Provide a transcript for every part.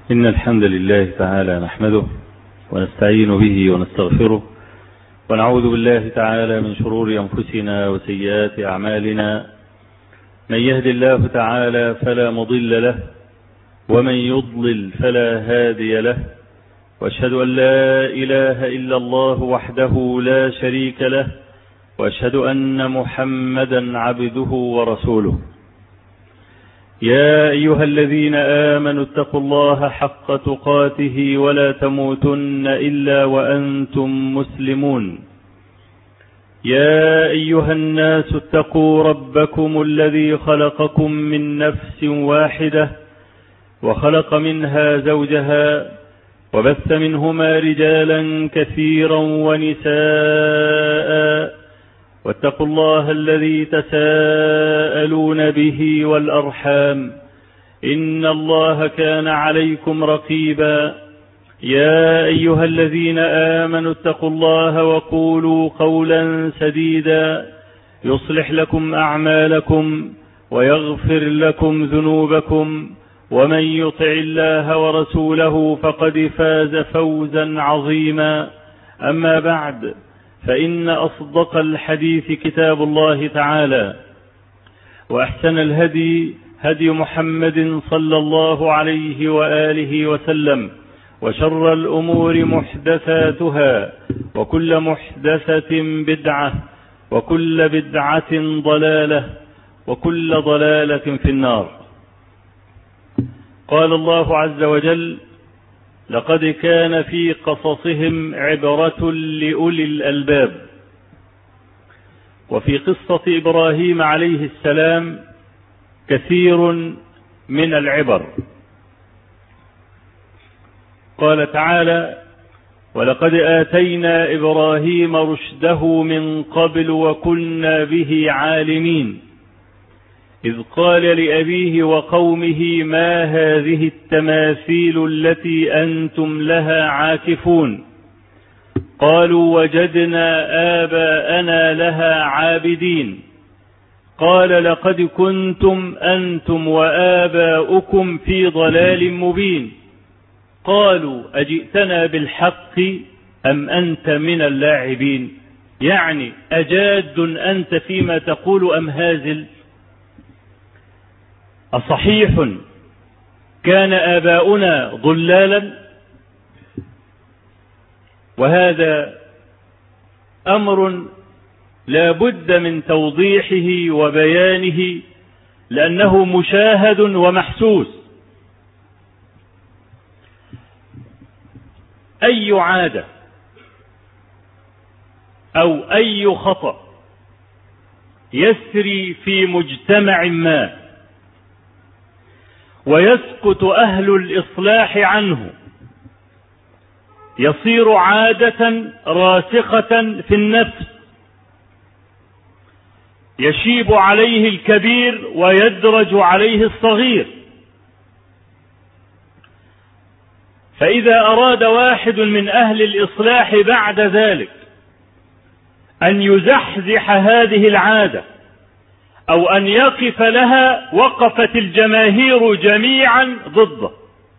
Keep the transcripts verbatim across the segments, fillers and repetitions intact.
إن الحمد لله تعالى نحمده ونستعين به ونستغفره ونعوذ بالله تعالى من شرور أنفسنا وسيئات أعمالنا. من يهد الله تعالى فلا مضل له ومن يضلل فلا هادي له، وأشهد أن لا إله إلا الله وحده لا شريك له، وأشهد أن محمدا عبده ورسوله. يا أيها الذين آمنوا اتقوا الله حق تقاته ولا تموتن إلا وأنتم مسلمون. يا أيها الناس اتقوا ربكم الذي خلقكم من نفس واحدة وخلق منها زوجها وبث منهما رجالا كثيرا ونساء، واتقوا الله الذي تساءلون به والأرحام إن الله كان عليكم رقيبا. يا أيها الذين آمنوا اتقوا الله وقولوا قولا سديدا يصلح لكم أعمالكم ويغفر لكم ذنوبكم، ومن يطع الله ورسوله فقد فاز فوزا عظيما. أما بعد، فإن أصدق الحديث كتاب الله تعالى، وأحسن الهدي هدي محمد صلى الله عليه وآله وسلم، وشر الأمور محدثاتها، وكل محدثة بدعة، وكل بدعة ضلالة، وكل ضلالة في النار. قال الله عز وجل: لقد كان في قصصهم عبرة لأولي الألباب. وفي قصة إبراهيم عليه السلام كثير من العبر. قال تعالى: ولقد آتينا إبراهيم رشده من قبل وكنا به عالمين، إذ قال لأبيه وقومه ما هذه التماثيل التي أنتم لها عاكفون؟ قالوا وجدنا آباءنا لها عابدين. قال لقد كنتم أنتم وآباؤكم في ضلال مبين. قالوا أجئتنا بالحق أم أنت من اللاعبين؟ يعني أجاد أنت فيما تقول أم هازل؟ أصحيح كان آباؤنا ضلالا؟ وهذا أمر لا بد من توضيحه وبيانه، لأنه مشاهد ومحسوس. أي عادة أو أي خطأ يسري في مجتمع ما ويسكت أهل الإصلاح عنه يصير عادة راسخة في النفس، يشيب عليه الكبير ويدرج عليه الصغير. فإذا أراد واحد من أهل الإصلاح بعد ذلك أن يزحزح هذه العادة أو أن يقف لها، وقفت الجماهير جميعا ضده.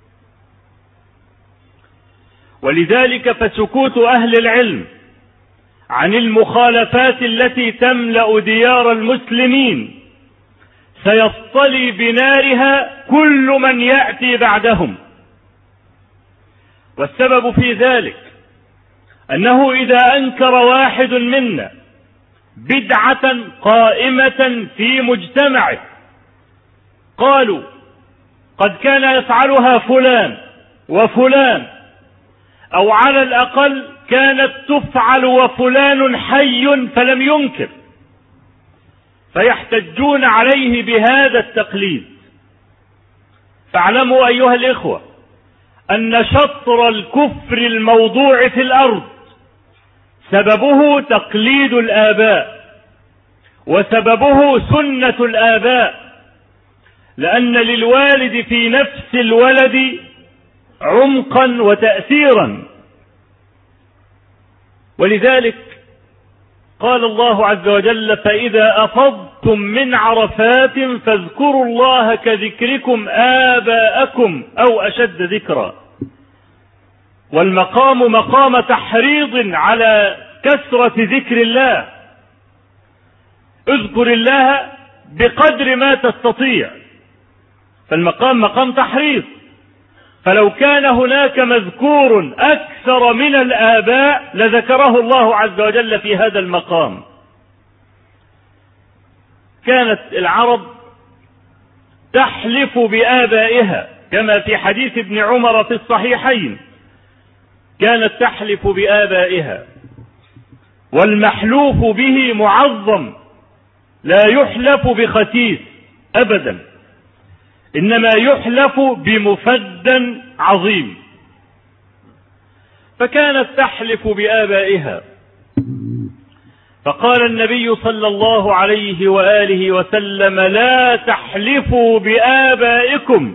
ولذلك فسكوت أهل العلم عن المخالفات التي تملأ ديار المسلمين سيصطلي بنارها كل من يأتي بعدهم. والسبب في ذلك أنه إذا أنكر واحد منا بدعة قائمة في مجتمعه قالوا قد كان يفعلها فلان وفلان، أو على الأقل كانت تفعل وفلان حي فلم ينكر، فيحتجون عليه بهذا التقليد. فاعلموا أيها الإخوة أن شطر الكفر الموضوع في الأرض سببه تقليد الآباء، وسببه سنة الآباء، لأن للوالد في نفس الولد عمقا وتأثيرا. ولذلك قال الله عز وجل: فإذا أفضتم من عرفات فاذكروا الله كذكركم آباءكم أو أشد ذكرا. والمقام مقام تحريض على كثرة ذكر الله. اذكر الله بقدر ما تستطيع، فالمقام مقام تحريض. فلو كان هناك مذكور أكثر من الآباء لذكره الله عز وجل في هذا المقام. كانت العرب تحلف بآبائها كما في حديث ابن عمر في الصحيحين، كانت تحلف بآبائها، والمحلوف به معظم، لا يحلف بختيس أبدا، إنما يحلف بمفد عظيم. فكانت تحلف بآبائها، فقال النبي صلى الله عليه وآله وسلم: لا تحلفوا بآبائكم.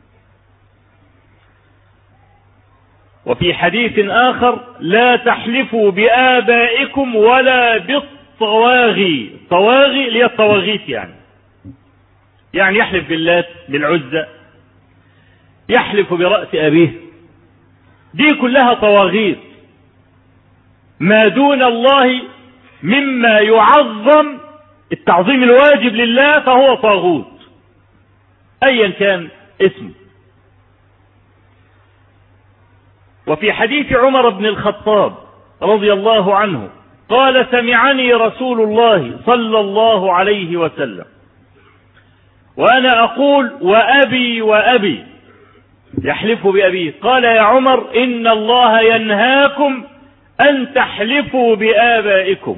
وفي حديث آخر: لا تحلفوا بآبائكم ولا بالطواغي. طواغي اللي هي الطواغيت، يعني يعني يحلف باللات، بالعزى، يحلف برأس أبيه، دي كلها طواغيت. ما دون الله مما يعظم التعظيم الواجب لله فهو طاغوت أيا كان اسمه. وفي حديث عمر بن الخطاب رضي الله عنه قال: سمعني رسول الله صلى الله عليه وسلم وأنا أقول: وأبي وأبي، يحلف بأبيه. قال: يا عمر، إن الله ينهاكم أن تحلفوا بآبائكم.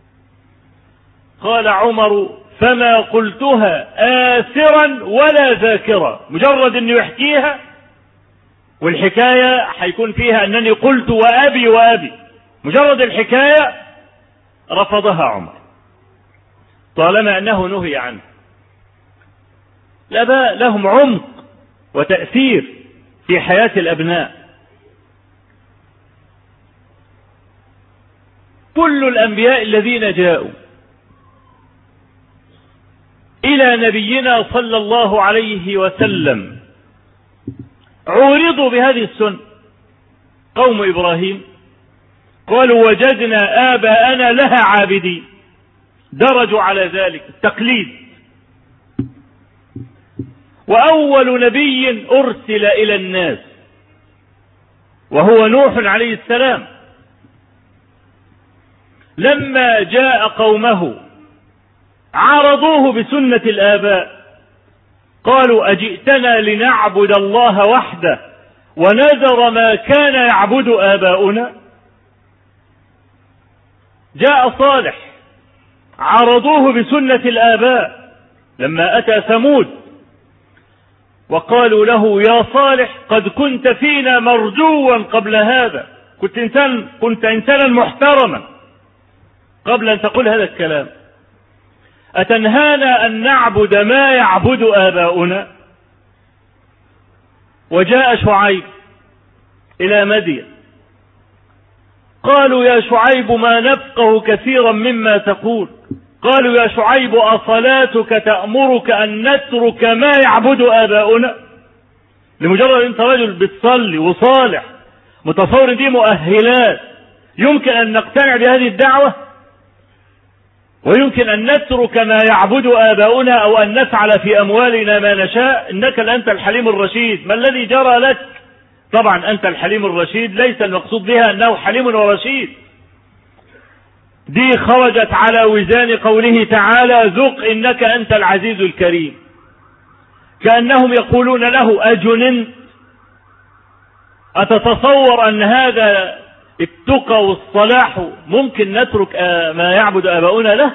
قال عمر: فما قلتها آثرا ولا ذاكرا. مجرد أنه يحكيها والحكاية حيكون فيها أنني قلت وأبي وأبي، مجرد الحكاية رفضها عمر طالما أنه نهي عنه. الآباء لهم عمق وتأثير في حياة الأبناء. كل الأنبياء الذين جاءوا إلى نبينا صلى الله عليه وسلم عورضوا بهذه السنة. قوم إبراهيم قالوا: وجدنا آباءنا لها عابدين، درجوا على ذلك التقليد. وأول نبي أرسل إلى الناس وهو نوح عليه السلام، لما جاء قومه عارضوه بسنة الآباء، قالوا: أجئتنا لنعبد الله وحده ونذر ما كان يعبد آباؤنا؟ جاء صالح عارضوه بسنة الآباء لما أتى ثمود، وقالوا له: يا صالح، قد كنت فينا مرجوا قبل هذا، كنت إنسان كنت إنسانا محترما قبل أن تقول هذا الكلام، أتنهانا أن نعبد ما يعبد آباؤنا؟ وجاء شعيب إلى مدين، قالوا: يا شعيب، ما نفقه كثيرا مما تقول. قالوا: يا شعيب، أصلاتك تأمرك أن نترك ما يعبد آباؤنا؟ لمجرد أنت رجل بتصلي وصالح متصور دي مؤهلات يمكن أن نقتنع بهذه الدعوة، ويمكن أن نترك ما يعبد آباؤنا أو أن نفعل في أموالنا ما نشاء؟ إنك لأنت الحليم الرشيد، ما الذي جرى لك؟ طبعا أنت الحليم الرشيد ليس المقصود بها أنه حليم ورشيد، دي خرجت على وزان قوله تعالى: ذق إنك أنت العزيز الكريم. كأنهم يقولون له: أجننت؟ أتتصور أن هذا التقى والصلاح ممكن نترك ما يعبد آباؤنا له؟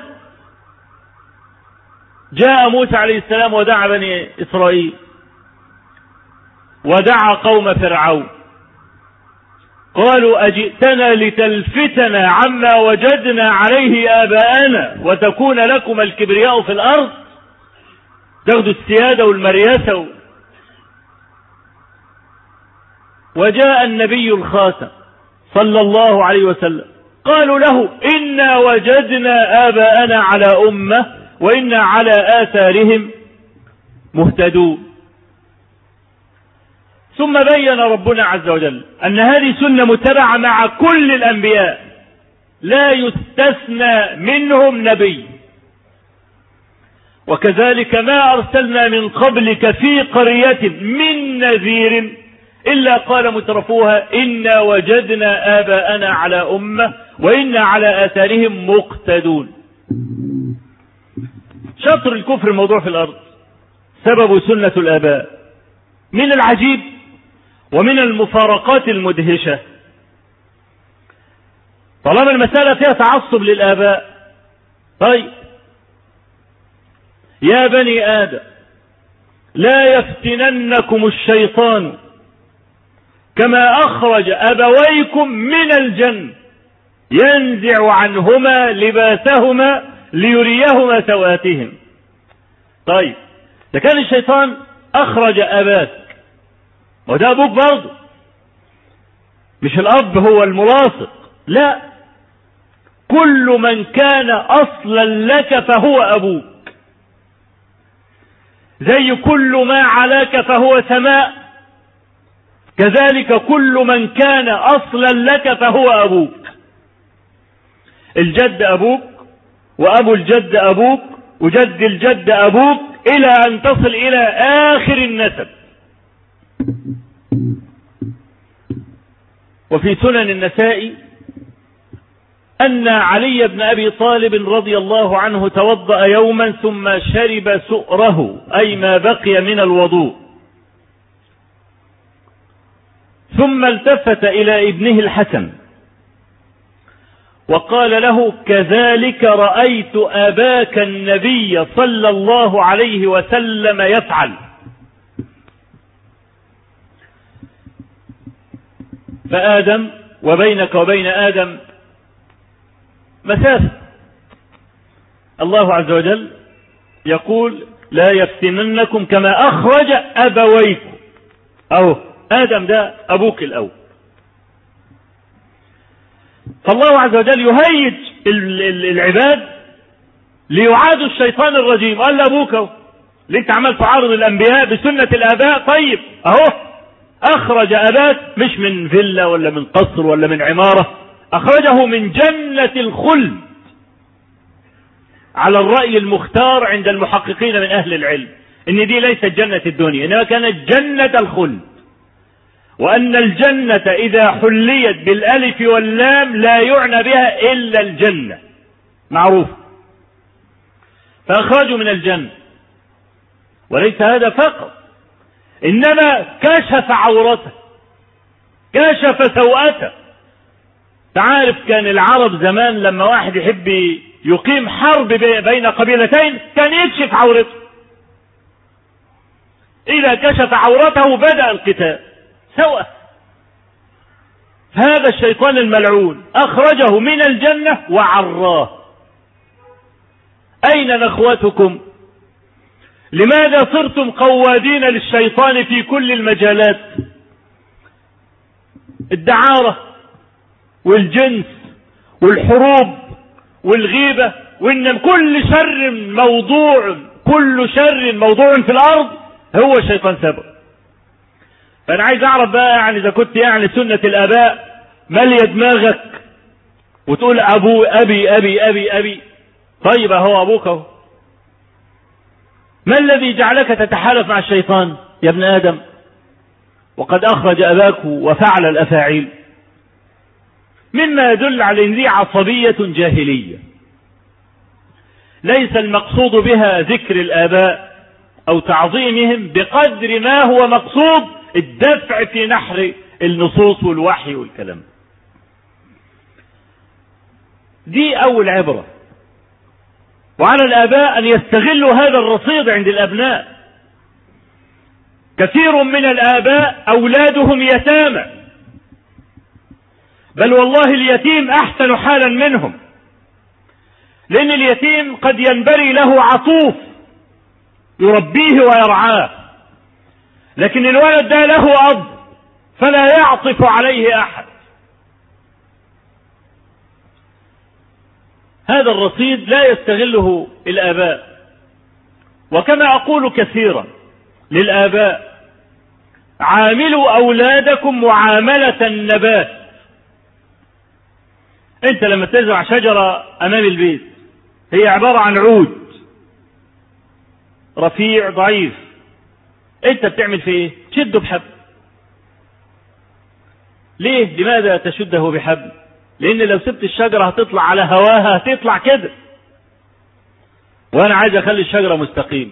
جاء موسى عليه السلام ودعا بني إسرائيل ودعا قوم فرعون، قالوا: أجئتنا لتلفتنا عما وجدنا عليه آباءنا وتكون لكم الكبرياء في الأرض؟ تاخذوا السيادة والمرياسة. وجاء النبي الخاتم صلى الله عليه وسلم، قالوا له: إن إنا وجدنا آباءنا على أمة وإنا على آثارهم مهتدون. ثم بين ربنا عز وجل أن هذه سنة متبعة مع كل الأنبياء لا يستثنى منهم نبي. وكذلك ما أرسلنا من قبلك في قرية من نذير إلا قال مترفوها إنا وجدنا آباءنا على أمة وإنا على آثارهم مقتدون. شطر الكفر الموضوع في الأرض سبب سنة الآباء. من العجيب ومن المفارقات المدهشة طالما المسألة فيها تعصب للآباء، طيب يا بني آدم لا يفتننكم الشيطان كما أخرج أبويكم من الجنة ينزع عنهما لباسهما ليريهما سواتهم. طيب ده كان الشيطان أخرج أباك وده أبوك برضه، مش الأب هو الملاصق، لا، كل من كان أصلا لك فهو أبوك، زي كل ما علاك فهو سماء، كذلك كل من كان أصلا لك فهو أبوك. الجد أبوك وأبو الجد أبوك وجد الجد أبوك إلى أن تصل إلى آخر النسب. وفي سنن النسائي أن علي بن أبي طالب رضي الله عنه توضأ يوما ثم شرب سؤره أي ما بقي من الوضوء، ثم التفت إلى ابنه الحسن وقال له كذلك رأيت أباك النبي صلى الله عليه وسلم يفعل. فآدم وبينك وبين آدم مسافة. الله عز وجل يقول لا يفتننكم كما أخرج أبويكم، أو آدم ده أبوك الأول. فالله عز وجل يهيج العباد ليعادوا الشيطان الرجيم. قال لأبوك اهو اللي انت عمال تعارض الأنبياء بسنة الآباء، طيب أهو أخرج أباك مش من فيلا ولا من قصر ولا من عمارة، أخرجه من جنة الخلد على الرأي المختار عند المحققين من أهل العلم إن دي ليست جنة الدنيا إنما كانت جنة الخلد، وأن الجنة إذا حليت بالألف واللام لا يعنى بها إلا الجنة، معروف. فأخرجوا من الجنة، وليس هذا فقط، إنما كشف عورته، كشف سوءته. تعرف كان العرب زمان لما واحد يحب يقيم حرب بين قبيلتين كان يكشف عورته، إذا كشف عورته بدأ القتال سوء. هذا الشيطان الملعون أخرجه من الجنة وعراه. أين نخوتكم؟ لماذا صرتم قوادين للشيطان في كل المجالات؟ الدعارة والجنس والحروب والغيبة، وإن كل شر موضوع كل شر موضوع في الأرض هو الشيطان سبب. فأنا عايز أعرف بقى يعني إذا كنت يعني سنة الآباء مالية دماغك وتقول أبو أبي أبي أبي أبي، طيب هو أبوك اهو. ما الذي جعلك تتحالف مع الشيطان يا ابن آدم وقد أخرج أباك وفعل الأفاعيل؟ مما يدل على أن ذي عصبية جاهلية ليس المقصود بها ذكر الآباء أو تعظيمهم بقدر ما هو مقصود الدفع في نحر النصوص والوحي والكلام. دي أول عبرة. وعلى الآباء أن يستغلوا هذا الرصيد عند الأبناء. كثير من الآباء أولادهم يتامى، بل والله اليتيم أحسن حالا منهم، لأن اليتيم قد ينبري له عطوف يربيه ويرعاه، لكن الولد ده له أب فلا يعطف عليه أحد. هذا الرصيد لا يستغله الآباء. وكما أقول كثيرا للآباء: عاملوا أولادكم معاملة النبات. أنت لما تزرع شجرة أمام البيت هي عبارة عن عود رفيع ضعيف، أنت بتعمل فيه إيه؟ تشده بحبل. ليه؟ لماذا تشده بحبل؟ لأن لو سبت الشجرة هتطلع على هواها، هتطلع كده. وأنا عايز أخلي الشجرة مستقيم.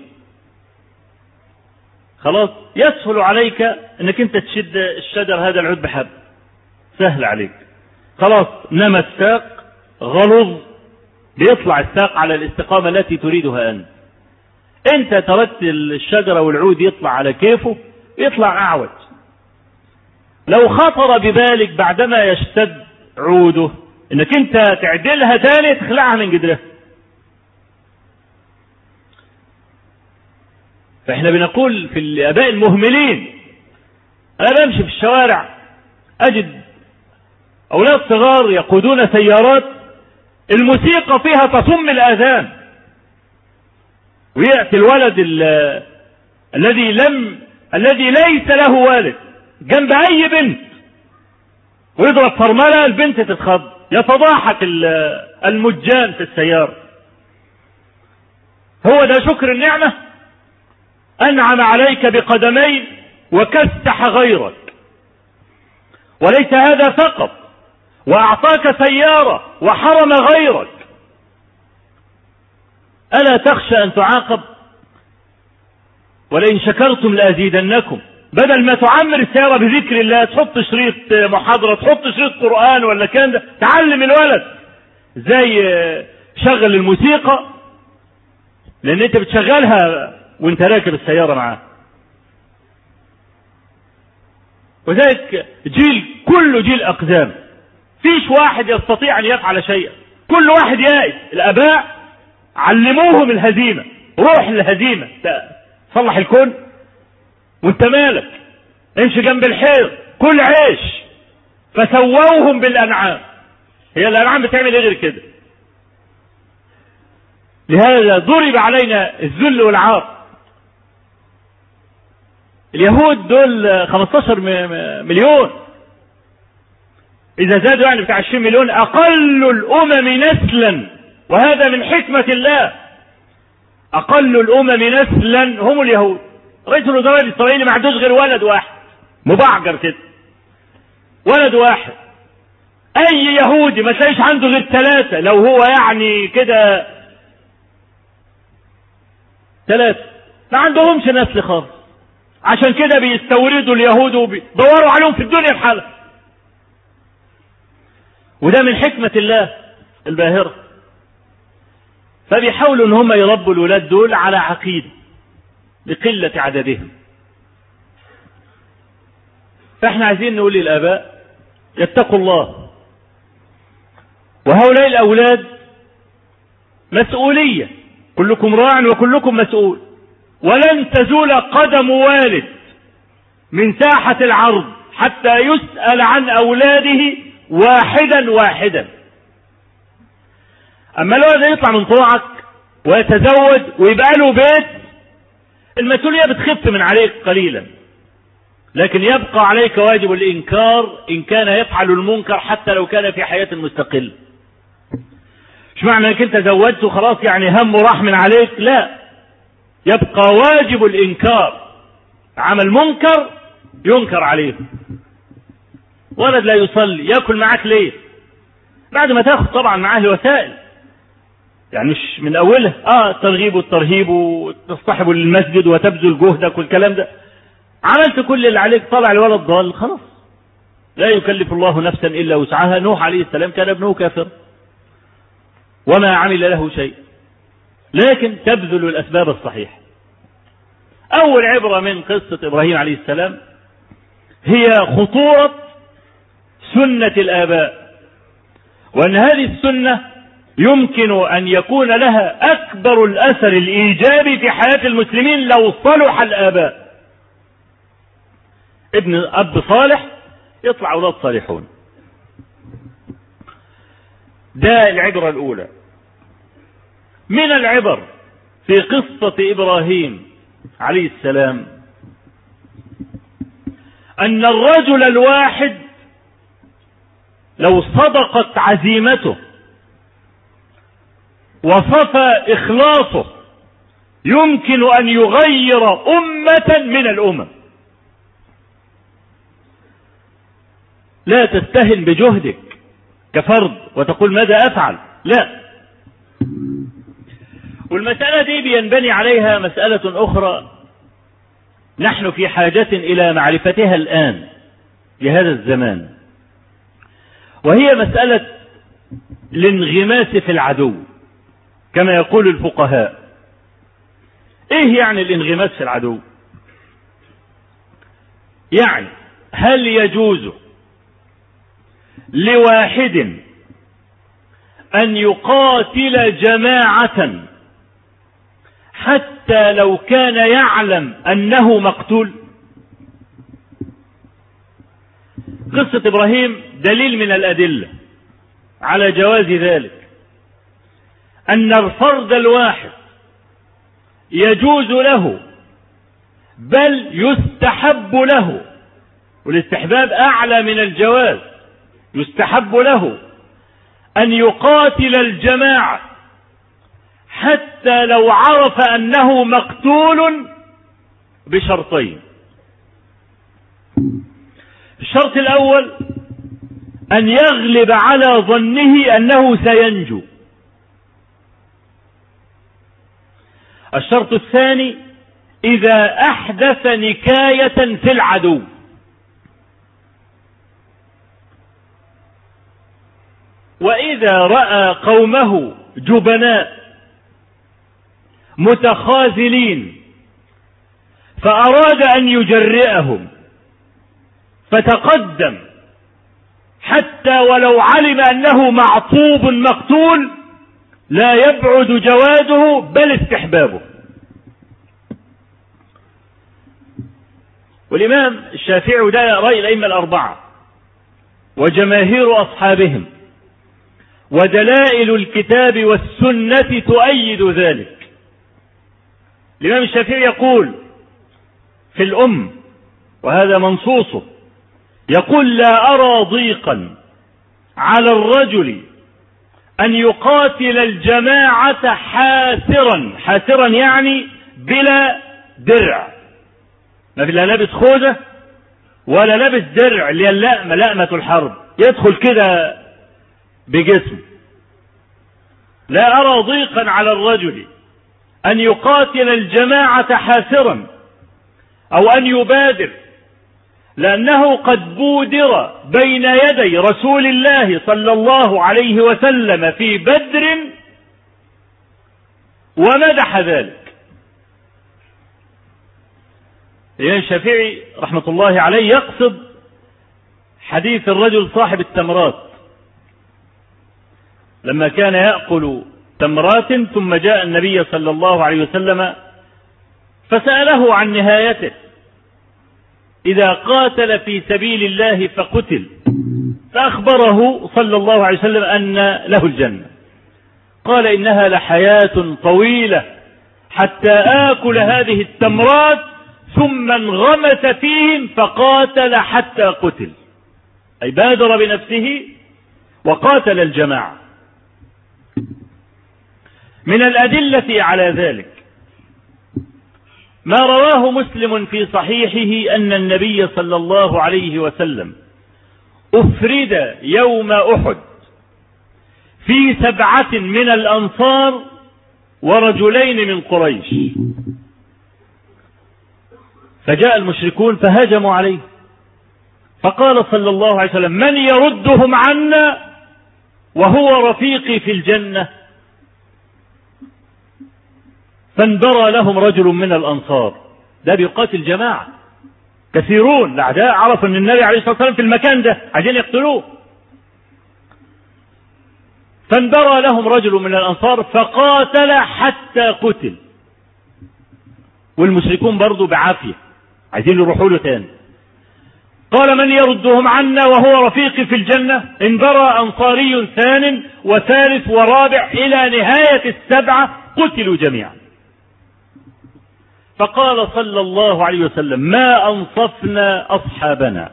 خلاص يسهل عليك أنك أنت تشد الشجر هذا العود بحبل، سهل عليك. خلاص نمى الساق غلظ، بيطلع الساق على الاستقامة التي تريدها أنت. أنت تركت الشجرة والعود يطلع على كيفه، يطلع أعوج. لو خطر ببالك بعدما يشتد عوده انك انت تعدلها تاني، تخلعها من جدرها. فاحنا بنقول في الاباء المهملين، انا بمشي في الشوارع اجد اولاد صغار يقودون سيارات الموسيقى فيها تصم الاذان، ويأتي الولد الذي لم الذي ليس له والد جنب اي بنت ويضرب فرملة، البنت تتخض، يتضاحك المجان في السيارة. هو ده شكر النعمة؟ أنعم عليك بقدمين وكسح غيرك. وليس هذا فقط، وأعطاك سيارة وحرم غيرك. ألا تخشى أن تعاقب؟ ولئن شكرتم لأزيدنكم. بدل ما تعمر السيارة بذكر الله، تحط شريط محاضرة، تحط شريط قرآن ولا كان ده، تعلم الولد زي شغل الموسيقى، لأن أنت بتشغلها وأنت راكب السيارة معاه. وذلك جيل كله جيل أقزام، فيش واحد يستطيع أن يفعل شيئا، كل واحد يائس. الآباء علموهم الهزيمة، روح الهزيمة، صلح الكون وانت مالك، امشي جنب الحيط، كل عيش. فسووهم بالأنعام. هي الأنعام بتعمل ايه غير كده؟ لهذا ضرب علينا الذل والعار. اليهود دول خمستاشر مليون، إذا زادوا يعني بتاع عشرين مليون، أقل الأمم نسلا، وهذا من حكمة الله. أقل الأمم نسلا هم اليهود. رئيس الوزراء الإسرائيلي ما عندوش غير ولد واحد مبعجر كده، ولد واحد. أي يهودي ما تلاقيش عنده غير ثلاثة، لو هو يعني كده ثلاثة، ما عندهمش نسل خالص. عشان كده بيستوردوا اليهود وبيدوروا عليهم في الدنيا بحالها. وده من حكمة الله الباهرة. فبيحاولوا ان هم يربوا الولاد دول على عقيدة بقلة عددهم. فاحنا عايزين نقول للآباء يتقوا الله، وهؤلاء الأولاد مسؤولية، كلكم راع وكلكم مسؤول. ولن تزول قدم والد من ساحة العرض حتى يسأل عن أولاده واحدا واحدا. أما الولد يطلع من طوعك ويتزوج ويبقى له بيت، المسؤولية بتخف من عليك قليلا، لكن يبقى عليك واجب الإنكار إن كان يفعل المنكر حتى لو كان في حياة مستقلة. مش معنى انك انت زوجت وخلاص يعني هم راح من عليك، لا، يبقى واجب الإنكار. عمل منكر ينكر عليه. ولد لا يصلي، يأكل معاك ليه؟ بعد ما تاخد طبعا معاه الوسائل، يعني مش من أولها آه الترغيب والترهيب وتصطحب للمسجد وتبذل جهدك والكلام ده. عملت كل اللي عليك، طلع الولد ضال، خلاص لا يكلف الله نفسا إلا وسعها. نوح عليه السلام كان ابنه كافر وما عمل له شيء، لكن تبذل الأسباب الصحيحة. أول عبرة من قصة إبراهيم عليه السلام هي خطورة سنة الآباء، وأن هذه السنة يمكن أن يكون لها أكبر الأثر الإيجابي في حياة المسلمين لو صلح الآباء. ابن أب صالح يطلع أولاد صالحون. ده العبرة الأولى. من العبر في قصة إبراهيم عليه السلام أن الرجل الواحد لو صدقت عزيمته وصفى إخلاصه يمكن أن يغير أمة من الأمم. لا تستهن بجهدك كفرد وتقول ماذا أفعل، لا. والمسألة دي بينبني عليها مسألة أخرى نحن في حاجة إلى معرفتها الآن لهذا الزمان، وهي مسألة الانغماس في العدو كما يقول الفقهاء. ايه يعني الانغماس في العدو؟ يعني هل يجوز لواحد أن يقاتل جماعة حتى لو كان يعلم أنه مقتول؟ قصة إبراهيم دليل من الأدلة على جواز ذلك، أن الفرد الواحد يجوز له بل يستحب له، والاستحباب أعلى من الجواز، يستحب له أن يقاتل الجماعة حتى لو عرف أنه مقتول بشرطين. الشرط الأول أن يغلب على ظنه أنه سينجو. الشرط الثاني إذا أحدث نكاية في العدو. وإذا رأى قومه جبناء متخاذلين فأراد أن يجرئهم فتقدم حتى ولو علم أنه معصوب مقتول لا يبعد جوازه بل استحبابه. والإمام الشافعي ده رأي الأئمة الأربعة وجماهير أصحابهم، ودلائل الكتاب والسنة تؤيد ذلك. الإمام الشافعي يقول في الأم، وهذا منصوصه، يقول لا أرى ضيقا على الرجل أن يقاتل الجماعة حاسرا. حاسرا يعني بلا درع، ما في لا لابس خوذة ولا لابس درع اللي هي اللأمة، لأمة الحرب، يدخل كده بجسم. لا أرى ضيقا على الرجل أن يقاتل الجماعة حاسرا أو أن يبادر، لأنه قد بودر بين يدي رسول الله صلى الله عليه وسلم في بدر ومدح ذلك. الإمام الشافعي رحمة الله عليه يقصد حديث الرجل صاحب التمرات لما كان يأكل تمرات ثم جاء النبي صلى الله عليه وسلم فسأله عن نهايته إذا قاتل في سبيل الله فقتل، فأخبره صلى الله عليه وسلم أن له الجنة. قال إنها لحياة طويلة حتى آكل هذه التمرات ثم انغمس فيهم فقاتل حتى قتل، أي بادر بنفسه وقاتل الجماعة. من الأدلة على ذلك ما رواه مسلم في صحيحه أن النبي صلى الله عليه وسلم أفرد يوم أحد في سبعة من الأنصار ورجلين من قريش، فجاء المشركون فهجموا عليه، فقال صلى الله عليه وسلم من يردهم عنا وهو رفيقي في الجنة؟ فانبرى لهم رجل من الأنصار، ده بيقاتل جماعة كثيرون، الأعداء عرفوا أن النبي عليه الصلاة والسلام في المكان ده عايزين يقتلوه، فانبرى لهم رجل من الأنصار فقاتل حتى قتل، والمشركون برضو بعافية عايزين يروحوا له تاني. قال من يردهم عنا وهو رفيقي في الجنة؟ انبرى أنصاري ثان وثالث ورابع إلى نهاية السبعة قتلوا جميعا. فقال صلى الله عليه وسلم ما أنصفنا أصحابنا.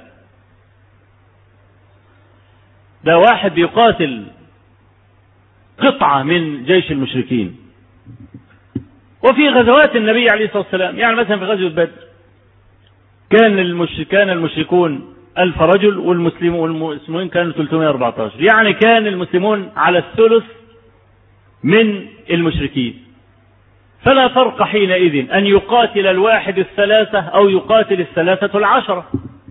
ده واحد يقاتل قطعة من جيش المشركين. وفي غزوات النبي عليه الصلاة والسلام، يعني مثلا في غزوة بدر كان المشرك كان المشركون ألف رجل والمسلمون كانوا ثلاثمائة وأربعة عشر، يعني كان المسلمون على الثلث من المشركين. فلا فرق حينئذ أن يقاتل الواحد الثلاثة أو يقاتل الثلاثة العشرة،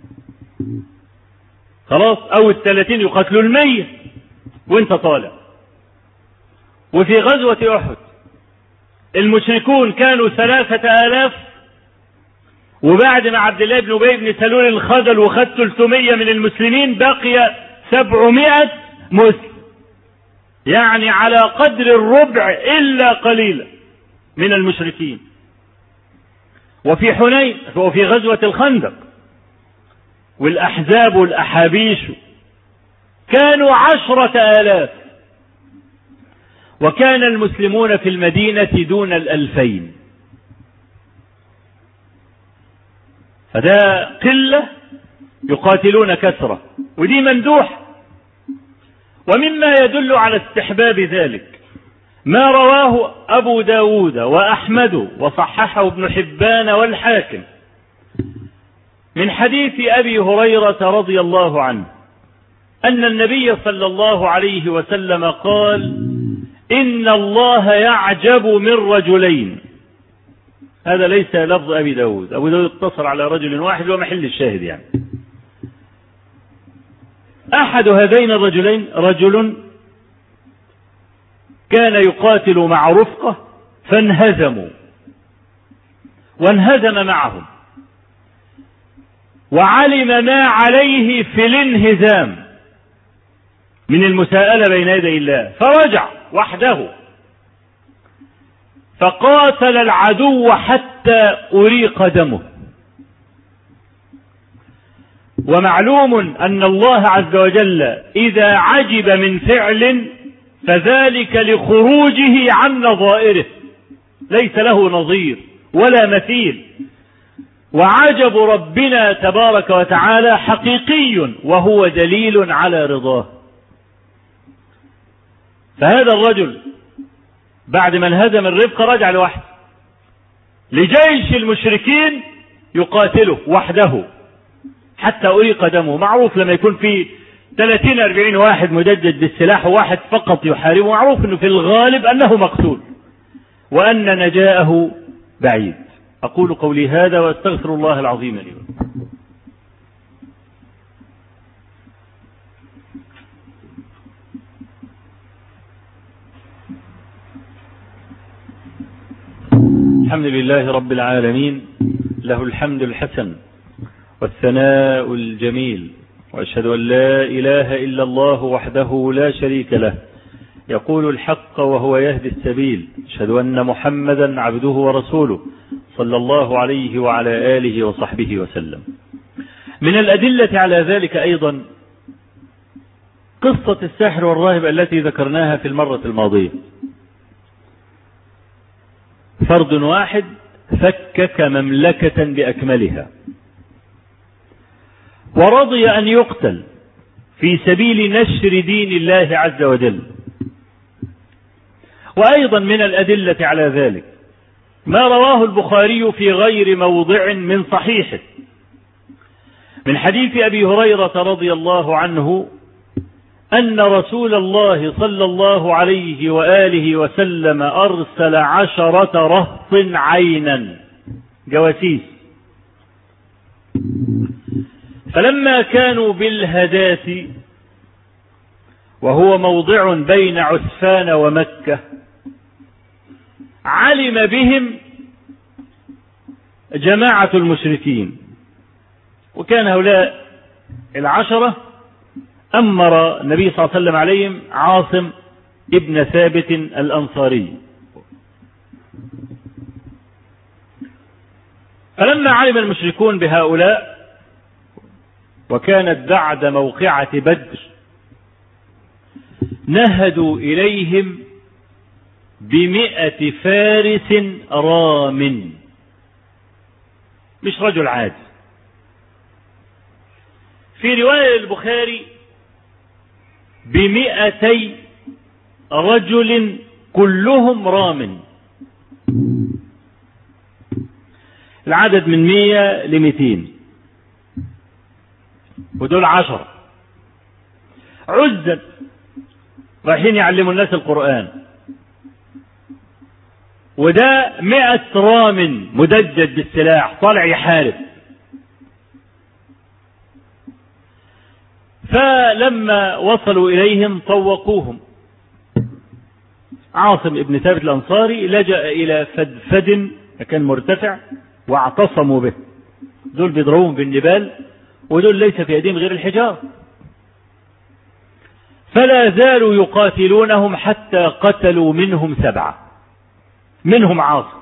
خلاص، أو الثلاثين يقاتلوا المية وانت طالع. وفي غزوة أحد المشركون كانوا ثلاثة آلاف، وبعد ما عبد الله بن أبي بن سلول الخذل وخد ثلاثمائة من المسلمين بقي سبعمائة مسلم، يعني على قدر الربع إلا قليلا من المشركين. وفي حنين وفي غزوة الخندق والأحزاب والأحابيش كانوا عشرة آلاف، وكان المسلمون في المدينة دون الألفين. فده قلة يقاتلون كثرة، ودي ممدوح. ومما يدل على استحباب ذلك ما رواه أبو داود وأحمد وصححه ابن حبان والحاكم من حديث أبي هريرة رضي الله عنه أن النبي صلى الله عليه وسلم قال إن الله يعجب من رجلين. هذا ليس لفظ أبي داود، أبو داود اقتصر على رجل واحد ومحل الشاهد. يعني أحد هذين الرجلين رجل كان يقاتل مع رفقة فانهزموا وانهزم معهم، وعلم ما عليه في الانهزام من المساءلة بين يدي الله، فرجع وحده فقاتل العدو حتى أريق دمه. ومعلوم أن الله عز وجل إذا عجب من فعل فذلك لخروجه عن نظائره، ليس له نظير ولا مثيل. وعجب ربنا تبارك وتعالى حقيقي وهو دليل على رضاه. فهذا الرجل بعد ما انهزم الرفق رجع لوحده لجيش المشركين يقاتله وحده حتى أريق دمه. معروف لما يكون في ثلاثين أربعين واحد مجدد بالسلاح وواحد فقط يحاربه، معروف أنه في الغالب أنه مقتول وأن نجاءه بعيد. أقول قولي هذا وأستغفر الله العظيم لي. الحمد لله رب العالمين، له الحمد الحسن والثناء الجميل، وأشهد أن لا إله إلا الله وحده لا شريك له يقول الحق وهو يهدي السبيل. أشهد أن محمدا عبده ورسوله صلى الله عليه وعلى آله وصحبه وسلم. من الأدلة على ذلك أيضا قصة الساحر والراهب التي ذكرناها في المرة الماضية. فرد واحد فكك مملكة بأكملها ورضي أن يقتل في سبيل نشر دين الله عز وجل. وأيضا من الأدلة على ذلك ما رواه البخاري في غير موضع من صحيحه من حديث أبي هريرة رضي الله عنه أن رسول الله صلى الله عليه وآله وسلم أرسل عشرة رهط عينا جواسيس، فلما كانوا بالهداة وهو موضع بين عسفان ومكة علم بهم جماعة المشركين، وكان هؤلاء العشرة أمر النبي صلى الله عليه وسلم عليهم عاصم ابن ثابت الأنصاري. فلما علم المشركون بهؤلاء وكانت بعد موقعة بدر، نهدوا إليهم بمئة فارس رام، مش رجل عادي. في رواية البخاري بمئتي رجل كلهم رام، العدد من مية لمئتين، ودول عشرة عزت رايحين يعلموا الناس القرآن، وده مئة رام مدجج بالسلاح طالع يحارب. فلما وصلوا إليهم طوقوهم. عاصم ابن ثابت الأنصاري لجأ إلى فدفد كان مرتفع واعتصموا به، دول بيضربوهم بالنبال ودول ليس في يدهم غير الحجار، فلا زالوا يقاتلونهم حتى قتلوا منهم سبعة، منهم عاصم.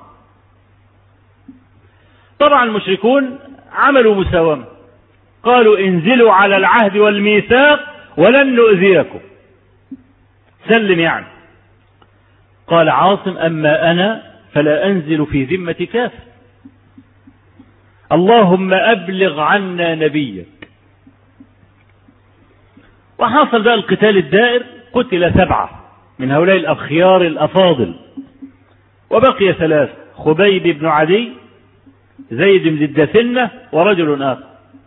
طبعا المشركون عملوا مساومة، قالوا انزلوا على العهد والميثاق ولن نؤذيكم، سلم يعني. قال عاصم أما أنا فلا أنزل في ذمة كافر، اللهم أبلغ عنا نبيك. وحصل بقى القتال الدائر، قتل سبعة من هؤلاء الأخيار الأفاضل، وبقي ثلاث: خبيب بن عدي، زيد بن الدثنة، ورجل آخر.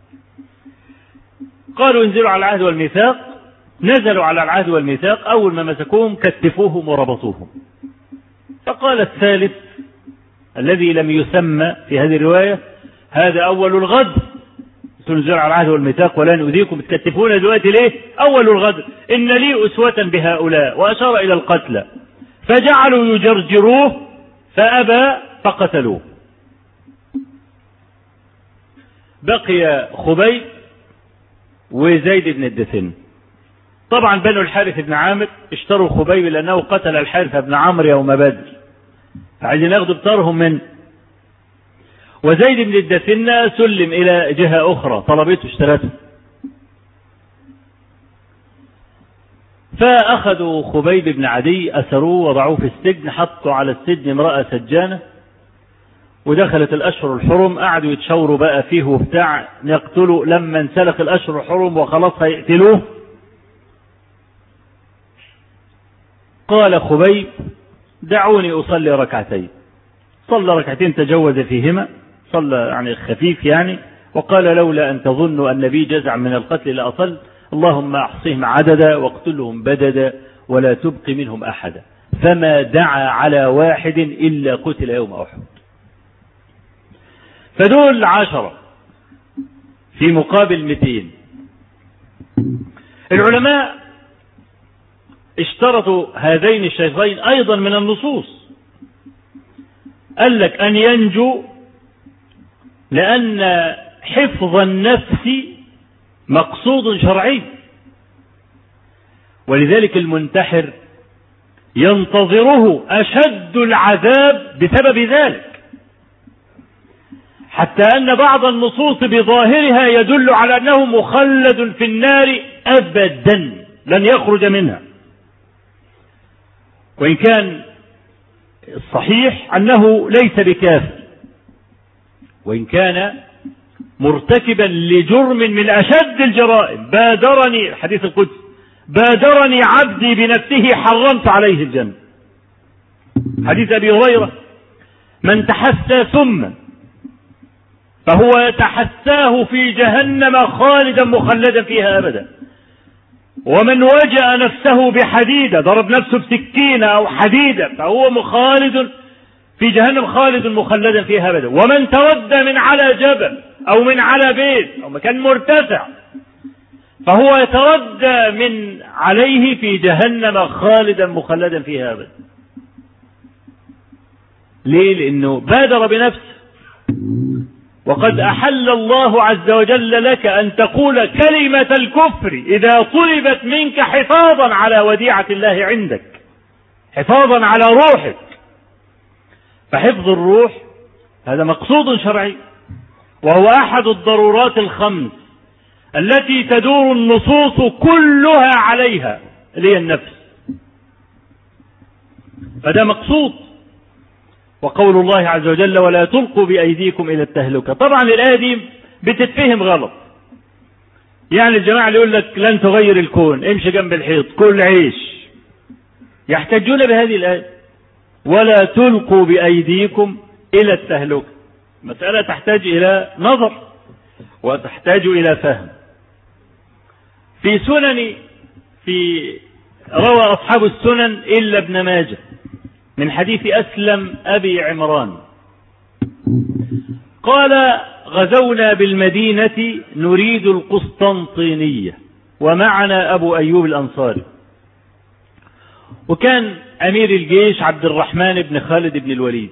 قالوا انزلوا على العهد والميثاق، نزلوا على العهد والميثاق، أول ما مسكوهم كتفوهم وربطوهم. فقال الثالث الذي لم يسمى في هذه الرواية: هذا أول الغدر، تنزلوا على العهد والميثاق ولا نؤذيكم، بتكتفون دلوقتي ليه؟ أول الغدر، إن لي أسوة بهؤلاء، وأشار إلى القتلى، فجعلوا يجرجروه فأبى فقتلوه. بقي خبيب وزيد بن الدثن. طبعا بنو الحارث بن عامر اشتروا خبيب لأنه قتل الحارث بن عمرو يوم بدر، فعايزين ياخدوا بطارهم منه. وزيد بن الدثن سلم إلى جهة أخرى، طلبته اشترته. فأخذوا خبيب بن عدي، أسروه وضعوه في السجن، حطوا على السجن امرأة سجانة، ودخلت الأشهر الحرم، قعدوا يتشاوروا بقى فيه وبتاع يقتلوا. لما انسلخ الأشهر الحرم وخلاص هيقتلوه، قال خبيب: دعوني أصلي ركعتين. صلى ركعتين تجوز فيهما، صلى يعني خفيف يعني، وقال: لولا أن تظنوا أن بي جزع من القتل لأصل، اللهم أحصهم عددا واقتلهم بددا ولا تبق منهم أحدا. فما دعا على واحد إلا قتل يوم أحد. فدول عشرة في مقابل مئتين. العلماء اشترطوا هذين الشيخين أيضا من النصوص، قال لك أن ينجو، لأن حفظ النفس مقصود شرعي، ولذلك المنتحر ينتظره أشد العذاب بسبب ذلك، حتى أن بعض النصوص بظاهرها يدل على أنه مخلد في النار أبدا لن يخرج منها، وإن كان الصحيح أنه ليس بكافر، وإن كان مرتكبا لجرم من أشد الجرائم. بادرني الحديث القدسي: بادرني عبدي بنفسه حرمت عليه الجنة. حديث أبي هريرة: من تحسى ثم فهو يتحساه في جهنم خالدا مخلدا فيها أبدا، ومن وجأ نفسه بحديدة، ضرب نفسه بسكينة أو حديدة، فهو مخالد في جهنم خالد مخلدا فيها أبدا، ومن تردى من على جبل أو من على بيت أو مكان مرتفع فهو يتردى من عليه في جهنم خالدا مخلدا فيها أبدا. ليه؟ لأنه بادر بنفسه. وقد أحل الله عز وجل لك أن تقول كلمة الكفر إذا طلبت منك حفاظا على وديعة الله عندك، حفاظا على روحك. فحفظ الروح هذا مقصود شرعي، وهو أحد الضرورات الخمس التي تدور النصوص كلها عليها اللي هي النفس. فده مقصود. وقول الله عز وجل ولا تلقوا بأيديكم إلى التهلكة، طبعا الآية دي بتتفهم غلط. يعني الجماعة اللي يقول لك لن تغير الكون، امشي جنب الحيط، كل عيش، يحتجون بهذه الآية ولا تلقوا بأيديكم إلى التهلكة. مسألة تحتاج إلى نظر وتحتاج إلى فهم. في سنن في روى أصحاب السنن إلا ابن ماجه من حديث أسلم أبي عمران قال غزونا بالمدينة نريد القسطنطينية ومعنا أبو أيوب الأنصاري، وكان أمير الجيش عبد الرحمن بن خالد بن الوليد.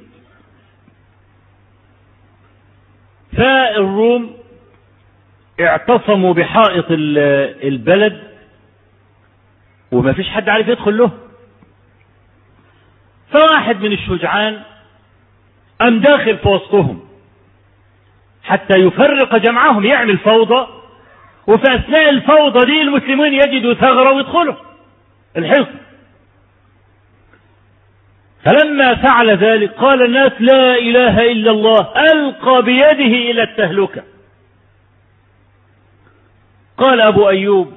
فالروم اعتصموا بحائط البلد وما فيش حد عارف يدخل له. فواحد من الشجعان قام داخل في وسطهم حتى يفرق جمعهم، يعمل فوضى، وفي أثناء الفوضى دي المسلمين يجدوا ثغرة ويدخلوا الحصن. فلما فعل ذلك قال الناس لا إله إلا الله، ألقى بيده إلى التهلكة. قال أبو أيوب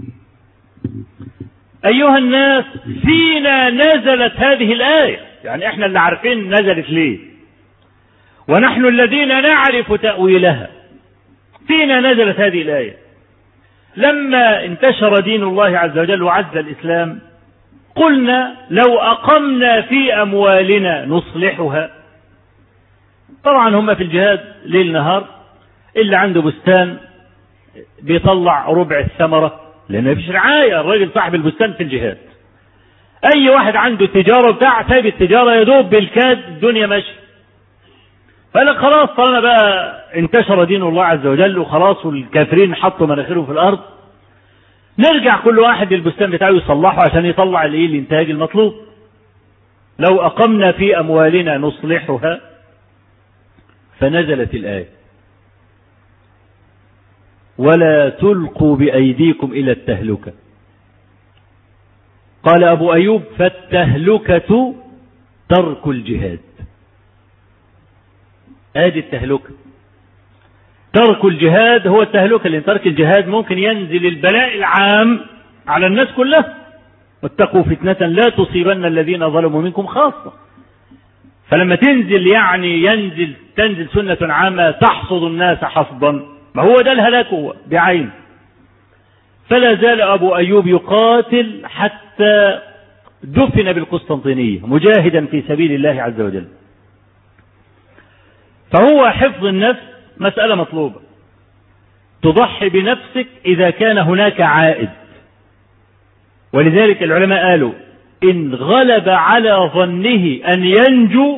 أيها الناس فينا نزلت هذه الآية، يعني احنا اللي عارفين نزلت ليه ونحن الذين نعرف تأويلها، فينا نزلت هذه الآية. لما انتشر دين الله عز وجل وعز الإسلام قلنا لو أقمنا في أموالنا نصلحها. طبعا هم في الجهاد ليل نهار، اللي عنده بستان بيطلع ربع الثمرة لأن مفيش رعاية، الراجل صاحب البستان في الجهاد. أي واحد عنده تجارة بتاع سايب التجارة يدوب بالكاد الدنيا ماشي. فقال خلاص طالما بقى انتشر دين الله عز وجل وخلاص والكافرين حطوا مناخيرهم في الأرض، نرجع كل واحد البستان بتاعه يصلحه عشان يطلع الايه الانتاج المطلوب. لو أقمنا في أموالنا نصلحها. فنزلت الآية ولا تلقوا بأيديكم إلى التهلكة. قال أبو أيوب فالتهلكة ترك الجهاد. آدي التهلكة، ترك الجهاد هو التهلكة، لأن ترك الجهاد ممكن ينزل البلاء العام على الناس كلها. واتقوا فتنة لا تصيبن الذين ظلموا منكم خاصة. فلما تنزل يعني ينزل تنزل سنة عامة تحصد الناس حصدا، ما هو ده الهلاك هو بعين. فلا زال أبو أيوب يقاتل حتى دفن بالقسطنطينية مجاهدا في سبيل الله عز وجل. فهو حفظ النفس مسألة مطلوبة، تضحي بنفسك إذا كان هناك عائد. ولذلك العلماء قالوا إن غلب على ظنه أن ينجو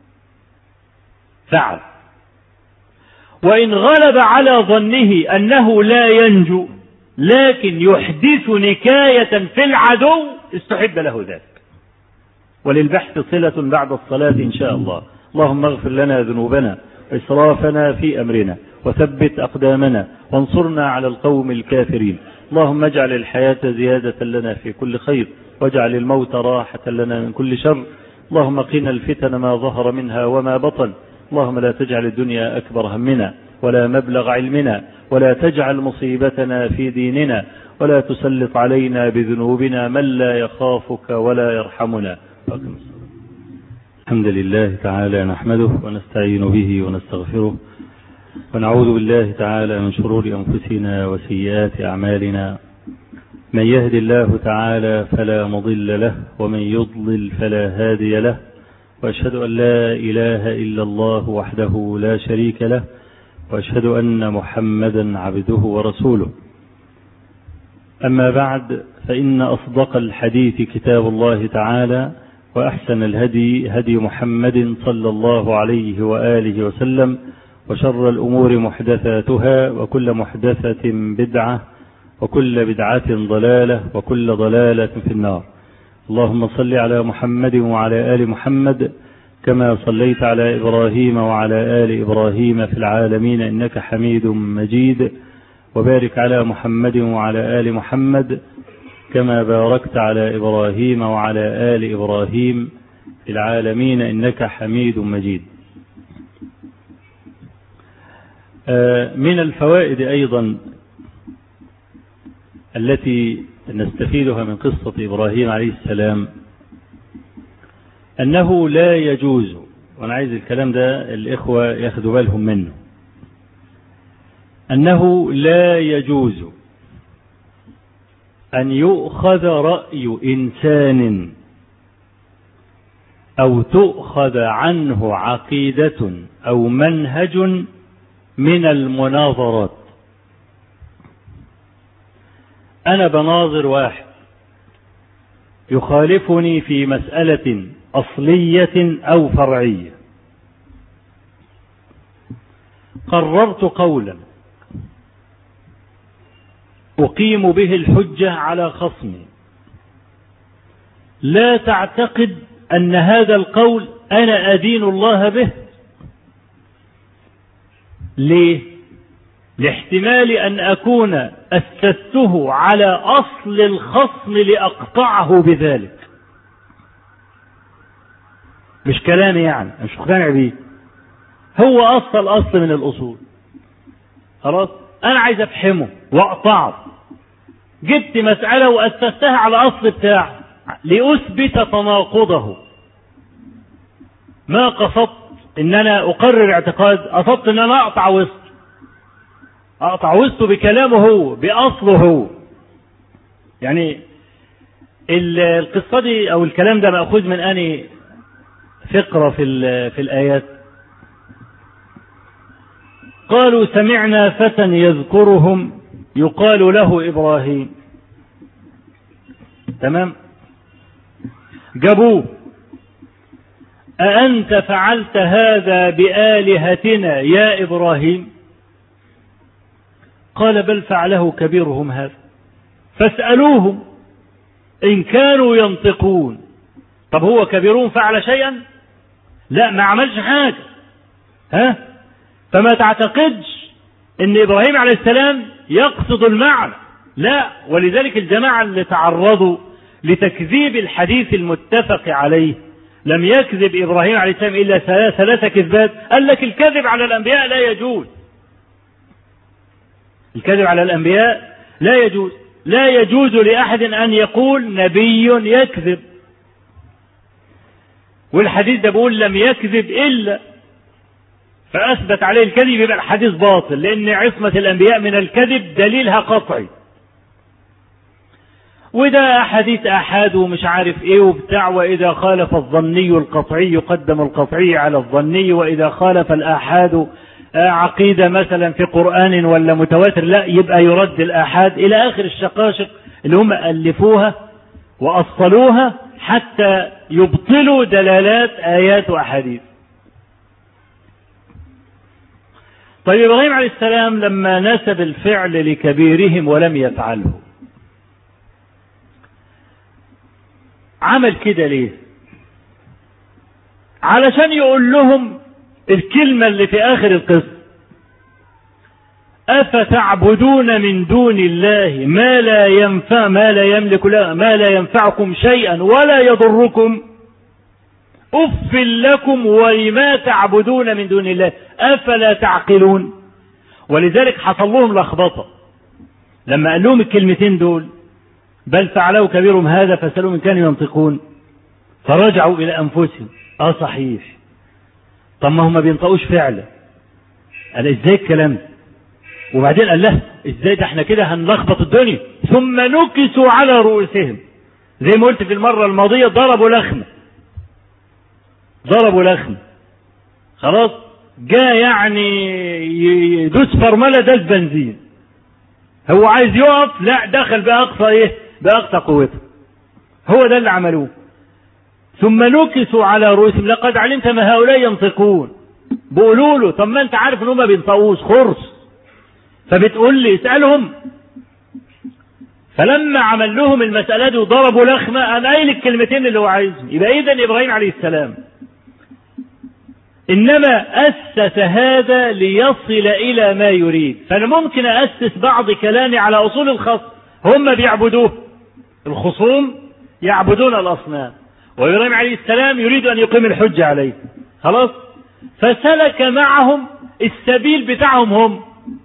فعل، وإن غلب على ظنه أنه لا ينجو لكن يحدث نكاية في العدو استحب له ذلك. وللبحث صلة بعد الصلاة إن شاء الله. اللهم اغفر لنا ذنوبنا وإسرافنا في أمرنا وثبت أقدامنا وانصرنا على القوم الكافرين. اللهم اجعل الحياة زيادة لنا في كل خير واجعل الموت راحة لنا من كل شر. اللهم قنا الفتن ما ظهر منها وما بطن. اللهم لا تجعل الدنيا أكبر همنا ولا مبلغ علمنا ولا تجعل مصيبتنا في ديننا ولا تسلط علينا بذنوبنا من لا يخافك ولا يرحمنا. الحمد لله تعالى نحمده ونستعين به ونستغفره ونعوذ بالله تعالى من شرور أنفسنا وسيئات أعمالنا. من يهد الله تعالى فلا مضل له ومن يضلل فلا هادي له، وأشهد أن لا إله إلا الله وحده لا شريك له، وأشهد أن محمدا عبده ورسوله. أما بعد، فإن أصدق الحديث كتاب الله تعالى، وأحسن الهدي هدي محمد صلى الله عليه وآله وسلم، وشر الأمور محدثاتها وكل محدثة بدعة وكل بدعة ضلالة وكل ضلالة في النار. اللهم صل على محمد وعلى آل محمد كما صليت على إبراهيم وعلى آل إبراهيم في العالمين إنك حميد مجيد. وبارك على محمد وعلى آل محمد كما باركت على إبراهيم وعلى آل إبراهيم في العالمين إنك حميد مجيد. من الفوائد أيضا التي نستفيدها من قصة إبراهيم عليه السلام أنه لا يجوز، وأنا عايز الكلام ده الإخوة ياخدوا بالهم منه، أنه لا يجوز أن يؤخذ رأي إنسان أو تؤخذ عنه عقيدة أو منهج من المناظرات. أنا بناظر واحد يخالفني في مسألة أصلية أو فرعية، قررت قولا أقيم به الحجة على خصمي، لا تعتقد أن هذا القول أنا أدين الله به. ليه؟ لاحتمال أن أكون أسسته على أصل الخصم لأقطعه بذلك. مش كلامي يعني، مش مقتنع بيه، هو أصل أصل من الأصول. خلاص أنا عايز أفهمه وأقطعه، جبت مسألة وأسستها على أصل بتاعه لأثبت تناقضه. ما قصدت إن أنا أقرر اعتقاد، قصدت إن أنا أقطع وسط أقطع وسطه بكلامه هو بأصله هو. يعني القصة دي أو الكلام ده مأخوذ من أني فقرة في في الآيات. قالوا سمعنا فتى يذكرهم يقال له إبراهيم. تمام، جابوه، أأنت فعلت هذا بآلهتنا يا إبراهيم؟ قال بل فعله كبيرهم هذا فاسألوهم إن كانوا ينطقون. طب هو كبيرهم فعل شيئا؟ لا، ما عملش حاجة. ها؟ فما تعتقدش ان إبراهيم عليه السلام يقصد المعنى، لا. ولذلك الجماعة اللي تعرضوا لتكذيب الحديث المتفق عليه لم يكذب إبراهيم عليه السلام إلا ثلاثة كذبات. قال لك الكذب على الأنبياء لا يجوز، الكذب على الأنبياء لا يجوز، لا يجوز لأحد أن يقول نبي يكذب. والحديث ده بيقول لم يكذب إلا، فأثبت عليه الكذب، يبقى الحديث باطل، لأن عصمة الأنبياء من الكذب دليلها قطعي. وده أحاديث أحاد ومش عارف إيه وبتاع، وإذا خالف الظني القطعي يقدم القطعي على الظني، وإذا خالف الآحاد عقيدة مثلا في قرآن ولا متواتر لا يبقى يرد الآحاد، إلى آخر الشقاشق اللي هم ألفوها وأصلوها حتى يبطلوا دلالات آيات وأحاديث. طيب إبراهيم عليه السلام لما نسب الفعل لكبيرهم ولم يفعله، عمل كده ليه؟ علشان يقول لهم الكلمة اللي في آخر القصة: أفتعبدون من دون الله ما لا ينفع ما لا يملك ما لا ينفعكم شيئا ولا يضركم أف لكم ولما تعبدون من دون الله أفلا تعقلون. ولذلك حصل لهم لخبطة لما قال لهم الكلمتين دول: بل فعلوا كبيرهم هذا فسألوا من كانوا ينطقون. فرجعوا إلى أنفسهم: آه صحيح، طب ما هم ما بينطقوش فعلا. قال إزاي الكلام ده؟ وبعدين قال له إزاي ده احنا كده هنلخبط الدنيا. ثم نكسوا على رؤوسهم، زي ما قلت في المرة الماضية، ضربوا لخمة ضربوا لخمة خلاص، جاء يعني يدوس فرملة داس بنزين. هو عايز يقف، لا، دخل بأقصى ايه بأقصى قوته. هو ده اللي عملوه. ثم نكسوا على رؤوسهم لقد علمت ما هؤلاء ينطقون. بيقولوا له: طب ما انت عارف ان هم ما بينطقوش خرص، فبتقول لي اسألهم. فلما عمل لهم المسألة دي وضربوا لخمة، أنا قايل الكلمتين اللي هو عايزهم. يبقى إذن إبراهيم عليه السلام إنما أسس هذا ليصل إلى ما يريد. فأنا ممكن أسس بعض كلامي على أصول الخصم، هم بيعبدوه، الخصوم يعبدون الأصنام، وإبراهيم عليه السلام يريد أن يقيم الحجة عليه، خلاص، فسلك معهم السبيل بتاعهم هم،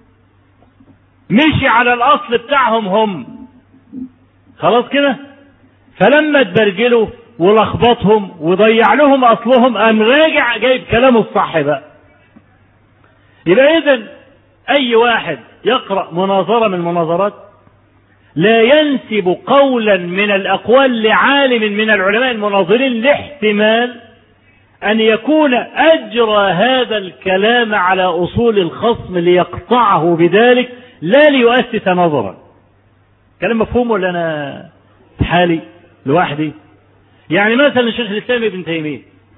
مشي على الأصل بتاعهم هم، خلاص كده. فلما تبرجلوا ولخبطهم وضيع لهم أصلهم، قام راجع جايب كلامه الصح بقى. يبقى إذن أي واحد يقرأ مناظرة من المناظرات لا ينسب قولا من الأقوال لعالم من العلماء المناظرين لاحتمال أن يكون أجرى هذا الكلام على أصول الخصم ليقطعه بذلك، لا ليؤسس نظرا. كلام مفهوم ولا أنا حالي لوحدي؟ يعني مثلا الشيخ الإسلام ابن تيمية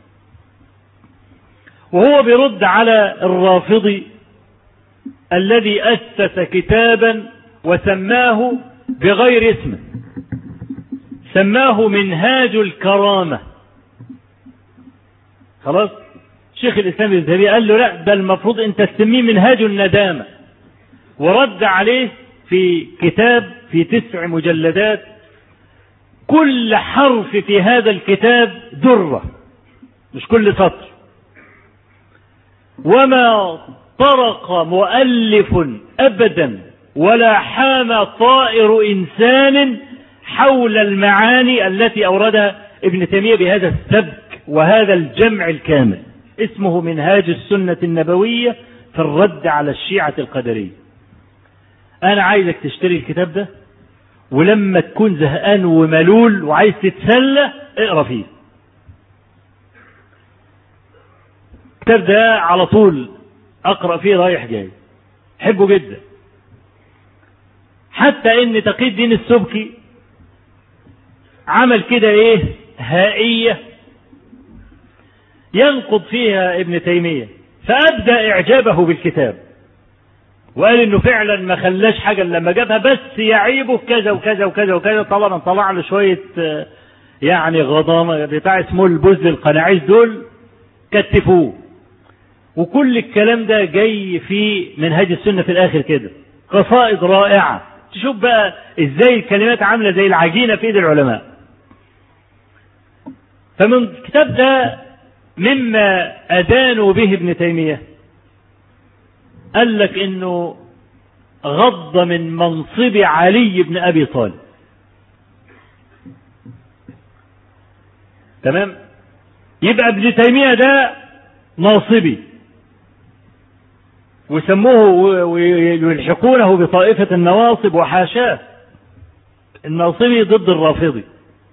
وهو بيرد على الرافضي الذي أسس كتابا وسماه بغير اسمه، سماه منهاج الكرامة، خلاص. شيخ الإسلام ابن تيمية قال له لا، ده المفروض أنت تسميه منهاج الندامة، ورد عليه في كتاب في تسع مجلدات، كل حرف في هذا الكتاب درة، مش كل سطر. وما طرق مؤلف أبدا ولا حام طائر إنسان حول المعاني التي أوردها ابن تيمية بهذا السبك وهذا الجمع الكامل. اسمه منهاج السنة النبوية في الرد على الشيعة القدرية. أنا عايزك تشتري الكتاب ده، ولما تكون زهقان وملول وعايز تتسلى اقرأ فيه. الكتاب ده على طول أقرأ فيه رايح جاي، حبه جدا. حتى إن تقي الدين السبكي عمل كده إيه هائية ينقض فيها ابن تيمية، فأبدأ إعجابه بالكتاب وقال إنه فعلا ما خلاش حاجة لما جابها، بس يعيبه كذا وكذا وكذا وكذا. طبعا طلع له شوية يعني غضامة بتاع اسمه البز القناعيس دول كتفوه، وكل الكلام ده جاي في منهاج السنة في الآخر كده، قصائد رائعة. تشوف بقى ازاي الكلمات عاملة زي العجينة في ايد العلماء. فمن الكتاب ده مما أدانوا به ابن تيمية، قال لك انه غض من منصب علي بن ابي طالب، تمام. يبقى ابن تيمية ده ناصبي، ويسموه ويلحقونه بطائفة النواصب وحاشاه. الناصبي ضد الرافضي.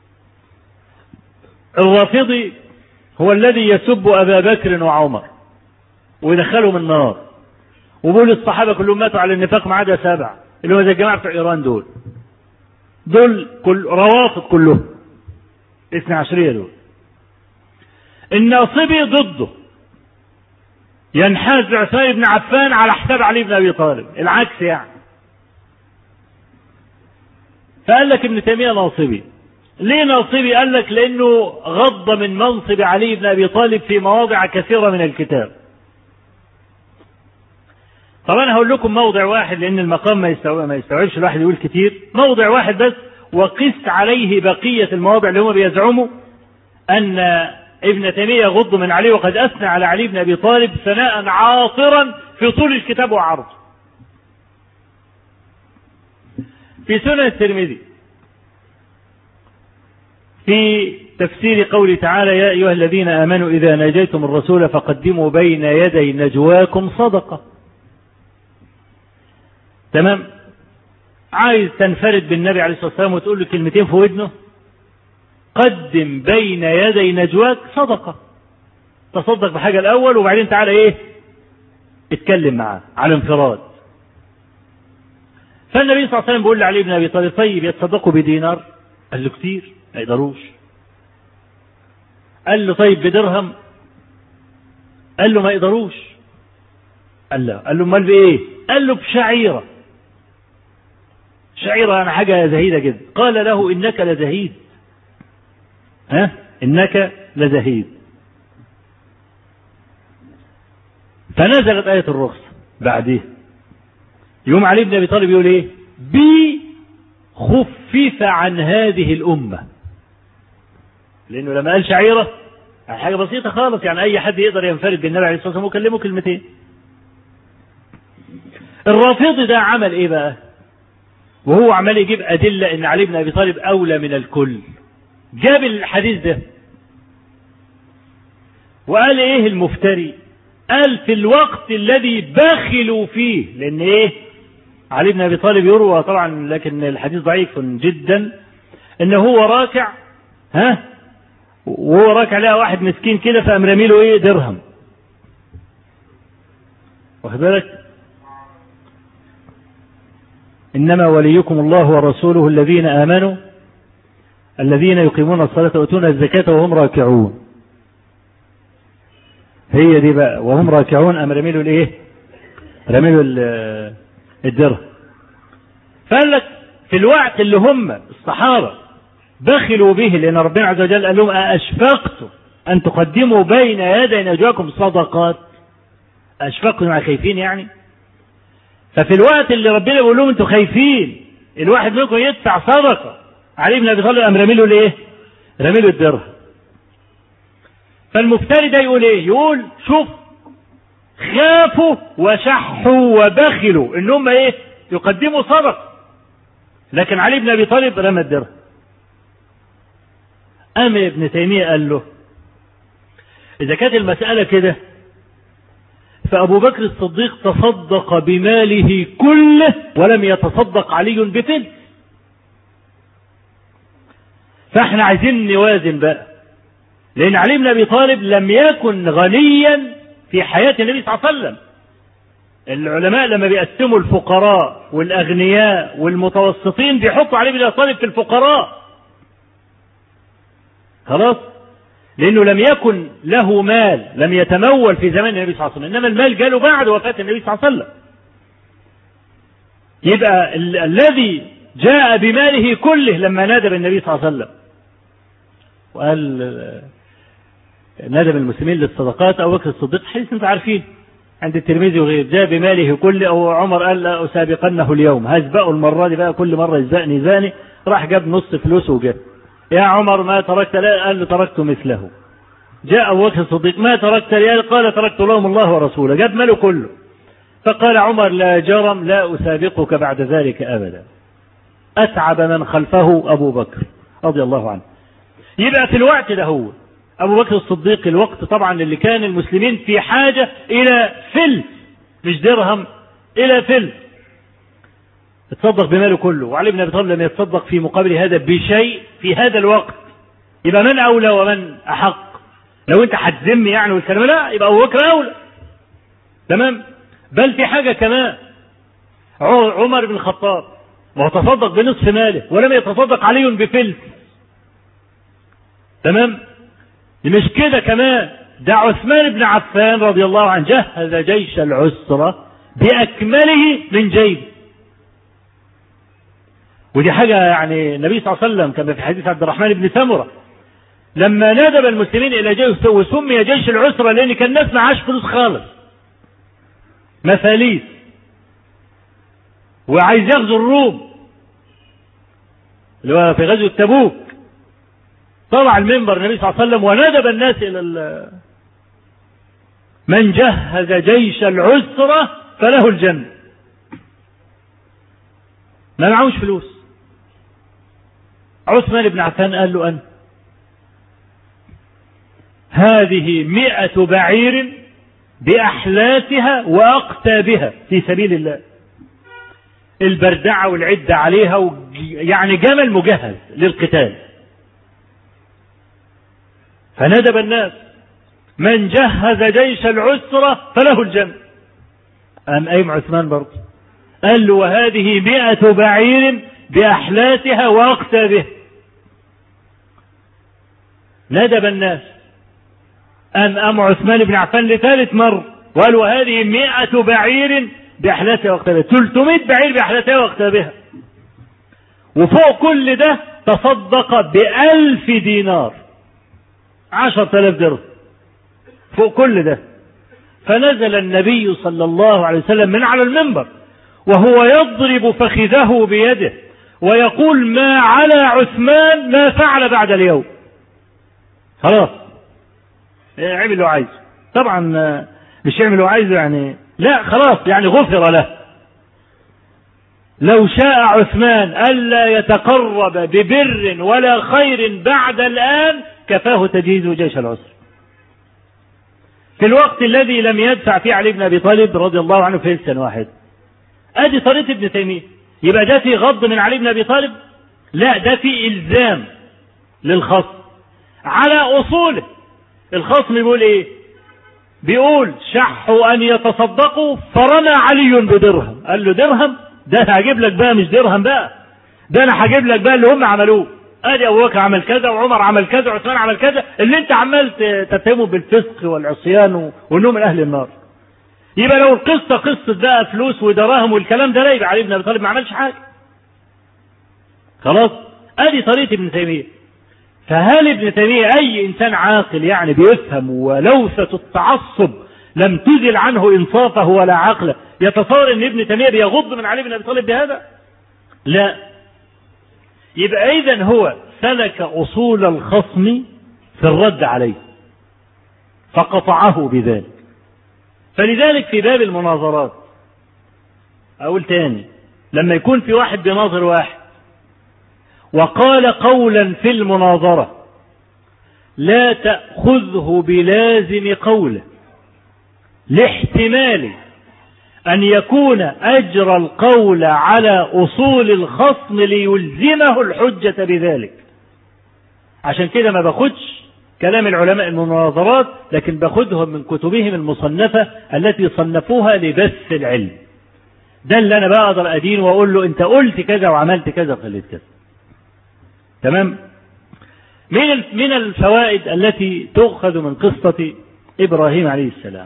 الرافضي هو الذي يسب أبا بكر وعمر ويدخلهم النار، وبقول الصحابة كلهم ماتوا على النفاق ما عدا سبع، اللي هو زي الجماعة بتوع إيران دول دول كل روافض كلهم اثنى عشرية دول. الناصبي ضده، ينحاز لعثمان بن عفان على حساب علي بن أبي طالب، العكس يعني. فقال لك ابن تيمية ناصبي. ليه ناصبي؟ قال لك لأنه غض من منصب علي بن أبي طالب في مواضع كثيرة من الكتاب. طبعا أنا هقول لكم موضع واحد لأن المقام ما يستوعب ما يستوعبش الواحد يقول كتير، موضع واحد بس، وقس عليه بقية المواضع اللي هم بيزعموا أن ابن تيمية غض من علي، وقد أثنى على علي بن أبي طالب ثناء عاطرا في طول الكتاب وعرضه. في سنن الترمذي في تفسير قوله تعالى: يا أيها الذين آمنوا إذا ناجيتم الرسول فقدموا بين يدي نجواكم صدقة. تمام. عايز تنفرد بالنبي عليه الصلاة والسلام وتقول له كلمتين في ودنه، قدم بين يدي نجواك صدقة، تصدق بحاجة الأول وبعدين تعالى إيه اتكلم معاه على انفراد. فالنبي صلى الله عليه وسلم بيقول لعلي بن أبي طالب: طيب يتصدقوا بدينار؟ قال له: كتير ما يقدروش. قال له: طيب بدرهم؟ قال له: ما يقدروش. قال له قال له امال بايه؟ قال له: بشعيرة. شعيرة يعني حاجة زهيدة جدا. قال له: إنك لزهيد. ها إنك لزهيد. فنزلت آية الرخصة بعديه. يوم علي بن أبي طالب يقول إيه؟ بي خفف عن هذه الأمة. لأنه لما قال شعيرة حاجة بسيطة خالص، يعني أي حد يقدر ينفرد بالنبي عليه الصلاة والسلام وكلمه كلمتين. الرافضي ده عمل إيه بقى؟ وهو عمال يجيب أدلة إن علي بن أبي طالب أولى من الكل. جاب الحديث ده وقال إيه المفتري؟ قال في الوقت الذي بخلوا فيه، لأن إيه؟ علي بن أبي طالب يروى طبعا لكن الحديث ضعيف جدا، إنه هو راكع ها وهو راكع لقى واحد مسكين كده فقام رامي له إيه؟ درهم. واخد بالك؟ إنما وليكم الله ورسوله الذين آمنوا الذين يقيمون الصلاة ويؤتون الزكاة وهم راكعون. هي دي بقى وهم راكعون أم رميلوا الإيه؟ رميلوا الدرهم. فقال لك في الوقت اللي هم الصحابة بخلوا به، لأن ربنا عز وجل قال لهم أشفقتم أن تقدموا بين يدي نجواكم صدقات. أشفقتم مع خايفين يعني. ففي الوقت اللي ربنا بيقول لهم انتوا خايفين الواحد منكم يدفع صدقه، علي بن ابي طالب قام رامي له الايه؟ رامي له الدرهم. فالمفتري ده يقول ايه؟ يقول شوف خافوا وشحوا وبخلوا ان هم ايه؟ يقدموا صدقه، لكن علي بن ابي طالب رمى الدرهم. قام ابن تيميه قال له اذا كانت المساله كده فأبو بكر الصديق تصدق بماله كله ولم يتصدق علي بفلس. فاحنا عايزين نوازن بقى، لأن علي بن أبي طالب لم يكن غنيا في حياة النبي صلى الله عليه وسلم. العلماء لما بيقسموا الفقراء والأغنياء والمتوسطين بيحطوا علي بن أبي طالب في الفقراء. خلاص؟ لأنه لم يكن له مال، لم يتمول في زمان النبي صلى الله عليه وسلم، إنما المال جاله بعد وفاة النبي صلى الله عليه وسلم. يبقى ال- الذي جاء بماله كله لما ندب النبي صلى الله عليه وسلم وقال ندب المسلمين للصدقات أبو بكر الصديق، حديث انتم عارفين عند الترمذي وغيره، جاء بماله كله. أو عمر قال لا أسابقنه اليوم، هسبقه المرة دي بقى، كل مرة يزقني زاني، راح جاب نص فلوسه وجاب. يا عمر ما تركت لا؟ قال له تركت مثله. جاء أبو بكر الصديق ما تركت لي؟ قال تركت لهم الله ورسوله. جاب ماله كله. فقال عمر لا جرم لا أسابقك بعد ذلك أبدا. أتعب من خلفه أبو بكر رضي الله عنه. يبقى في الوقت ده هو أبو بكر الصديق، الوقت طبعا اللي كان المسلمين في حاجة إلى فلس، مش درهم، إلى فلس، اتصدق بماله كله. وعلي بن أبي طالب لم يتصدق في مقابل هذا بشيء في هذا الوقت. يبقى من أولى ومن أحق؟ لو أنت هتذم يعني والكلام، لا، يبقى أبو بكر أولى. تمام. بل في حاجة كمان، عمر بن الخطاب وتصدق بنصف ماله ولم يتصدق علي بفلس. تمام. مش كده كمان، ده عثمان بن عفان رضي الله عنه جهز جيش العسرة بأكمله من جيبه. ودي حاجة يعني النبي صلى الله عليه وسلم كما في حديث عبد الرحمن بن سمرة لما ندب المسلمين إلى جيش، وسمي جيش العسرة لأن كان الناس معاش فلوس خالص، مفاليس، وعايز يغزو الروم اللي هو في غزوة تبوك. طلع المنبر النبي صلى الله عليه وسلم وندب الناس إلى من جهز جيش العسرة فله الجنة. ما معهوش فلوس. عثمان بن عفان قال له أن هذه مئة بعير بأحلاتها وأقتابها في سبيل الله، البردعة والعدة عليها، يعني جمل مجهز للقتال. فندب الناس من جهز جيش العسرة فله الجنة. أم أيم عثمان برضه قال له وهذه مئة بعير بأحلاتها وأقتابها. ندب الناس. أم أم عثمان بن عفان لثالث مرة وقال وهذه مئة بعير بأحلاتها وأقتابها، ثلاثمائة بعير بأحلاتها وأقتابها. وفوق كل ده تصدق بألف دينار، عشرة آلاف درهم فوق كل ده. فنزل النبي صلى الله عليه وسلم من على المنبر وهو يضرب فخذه بيده ويقول ما على عثمان ما فعل بعد اليوم. خلاص عمل له عايزه. طبعا مش يعمل له عايزه يعني لا، خلاص يعني غفر له. لو شاء عثمان ألا يتقرب ببر ولا خير بعد الآن كفاه تجهيز جيش العسر. في الوقت الذي لم يدفع فيه علي بن أبي طالب رضي الله عنه في سنة واحد. ادي طريقة ابن تيمية. يبقى ده في غض من علي بن أبي طالب؟ لا، ده في إلزام للخصم على أصوله. الخصم بيقول ايه؟ بيقول شحوا أن يتصدقوا فرمى علي بدرهم. قال له درهم؟ ده انا هجيب لك بقى مش درهم بقى، ده انا هجيب لك بقى اللي هم عملوه. ادي ابو بكر عمل كذا وعمر عمل كذا وعثمان عمل كذا، اللي انت عمال تتهمه بالفسق والعصيان وانهم من اهل النار. يبقى لو القصه قصه بقى فلوس ودراهم والكلام ده لا، يبقى علي بن ابي طالب ما عملش حاجه. خلاص ادي طريقه ابن تيميه. فهل ابن تيميه اي انسان عاقل يعني بيفهم ولوثه التعصب لم تزل عنه انصافه ولا عقله يتصور ان ابن تيميه بيغض من علي بن ابي طالب بهذا؟ لا. يبقى اذا هو سلك اصول الخصم في الرد عليه فقطعه بذلك. فلذلك في باب المناظرات اقول تاني، لما يكون في واحد بيناظر واحد وقال قولا في المناظرة لا تأخذه بلازم قوله لاحتمال أن يكون أجرى القول على أصول الخصم ليلزمه الحجة بذلك. عشان كده ما باخدش كلام العلماء المناظرات، لكن باخدهم من كتبهم المصنفة التي صنفوها لبث العلم. ده اللي أنا بقدر أدين وأقول له أنت قلت كذا وعملت كذا وخليت كذا. تمام؟ من من الفوائد التي تؤخذ من قصة إبراهيم عليه السلام،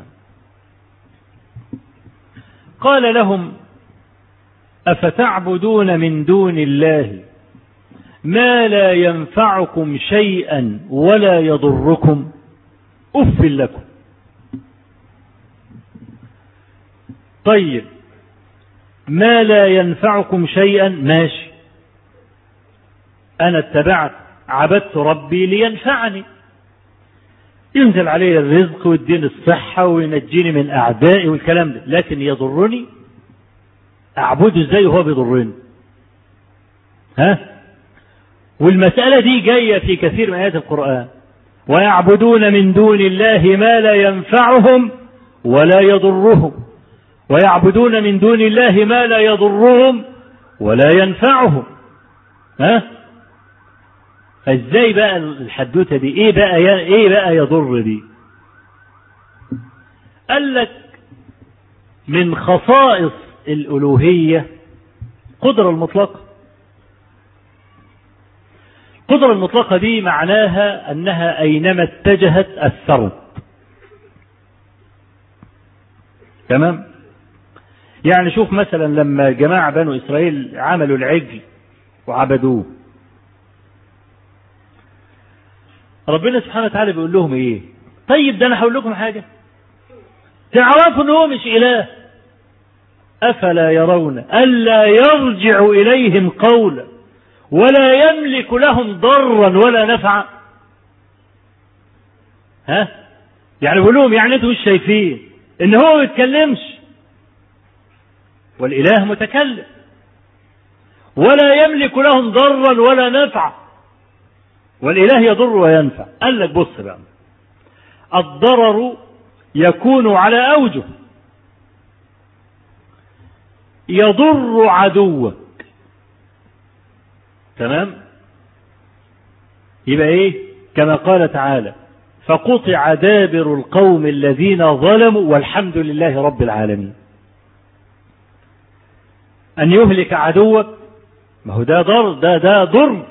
قال لهم أفتعبدون من دون الله ما لا ينفعكم شيئا ولا يضركم أف لكم. طيب ما لا ينفعكم شيئا ماشي، أنا اتبعت عبدت ربي لينفعني، ينزل علي الرزق ويديني الصحة وينجيني من أعدائي والكلام ده، لكن يضرني أعبده ازاي وهو بيضرني؟ ها؟ والمسألة دي جاية في كثير من آيات القرآن، ويعبدون من دون الله ما لا ينفعهم ولا يضرهم، ويعبدون من دون الله ما لا يضرهم ولا ينفعهم. ها؟ فازاي بقى الحدوته دي؟ ايه بقى ايه بقى يضر دي؟ قال لك من خصائص الالوهيه قدره المطلقه. القدره المطلقه دي معناها انها اينما اتجهت اثرت. تمام؟ يعني شوف مثلا لما جماعه بنو اسرائيل عملوا العجل وعبدوه، ربنا سبحانه وتعالى بيقول لهم ايه؟ طيب ده انا هقول لكم حاجه تعرفوا ان هو مش اله. افلا يرون الا يرجع اليهم قولا ولا يملك لهم ضرا ولا نفعا. ها؟ يعني بيقول لهم يعني انتوا مش شايفين ان هو ما بيتكلمش والاله متكلم، ولا يملك لهم ضرا ولا نفعا، والإله يضر وينفع. قال لك بص بقى، الضرر يكون على أوجه. يضر عدوك، تمام؟ يبقى ايه؟ كما قال تعالى فقطع دابر القوم الذين ظلموا والحمد لله رب العالمين. أن يهلك عدوك ما هو ده ضر، ده ده ضر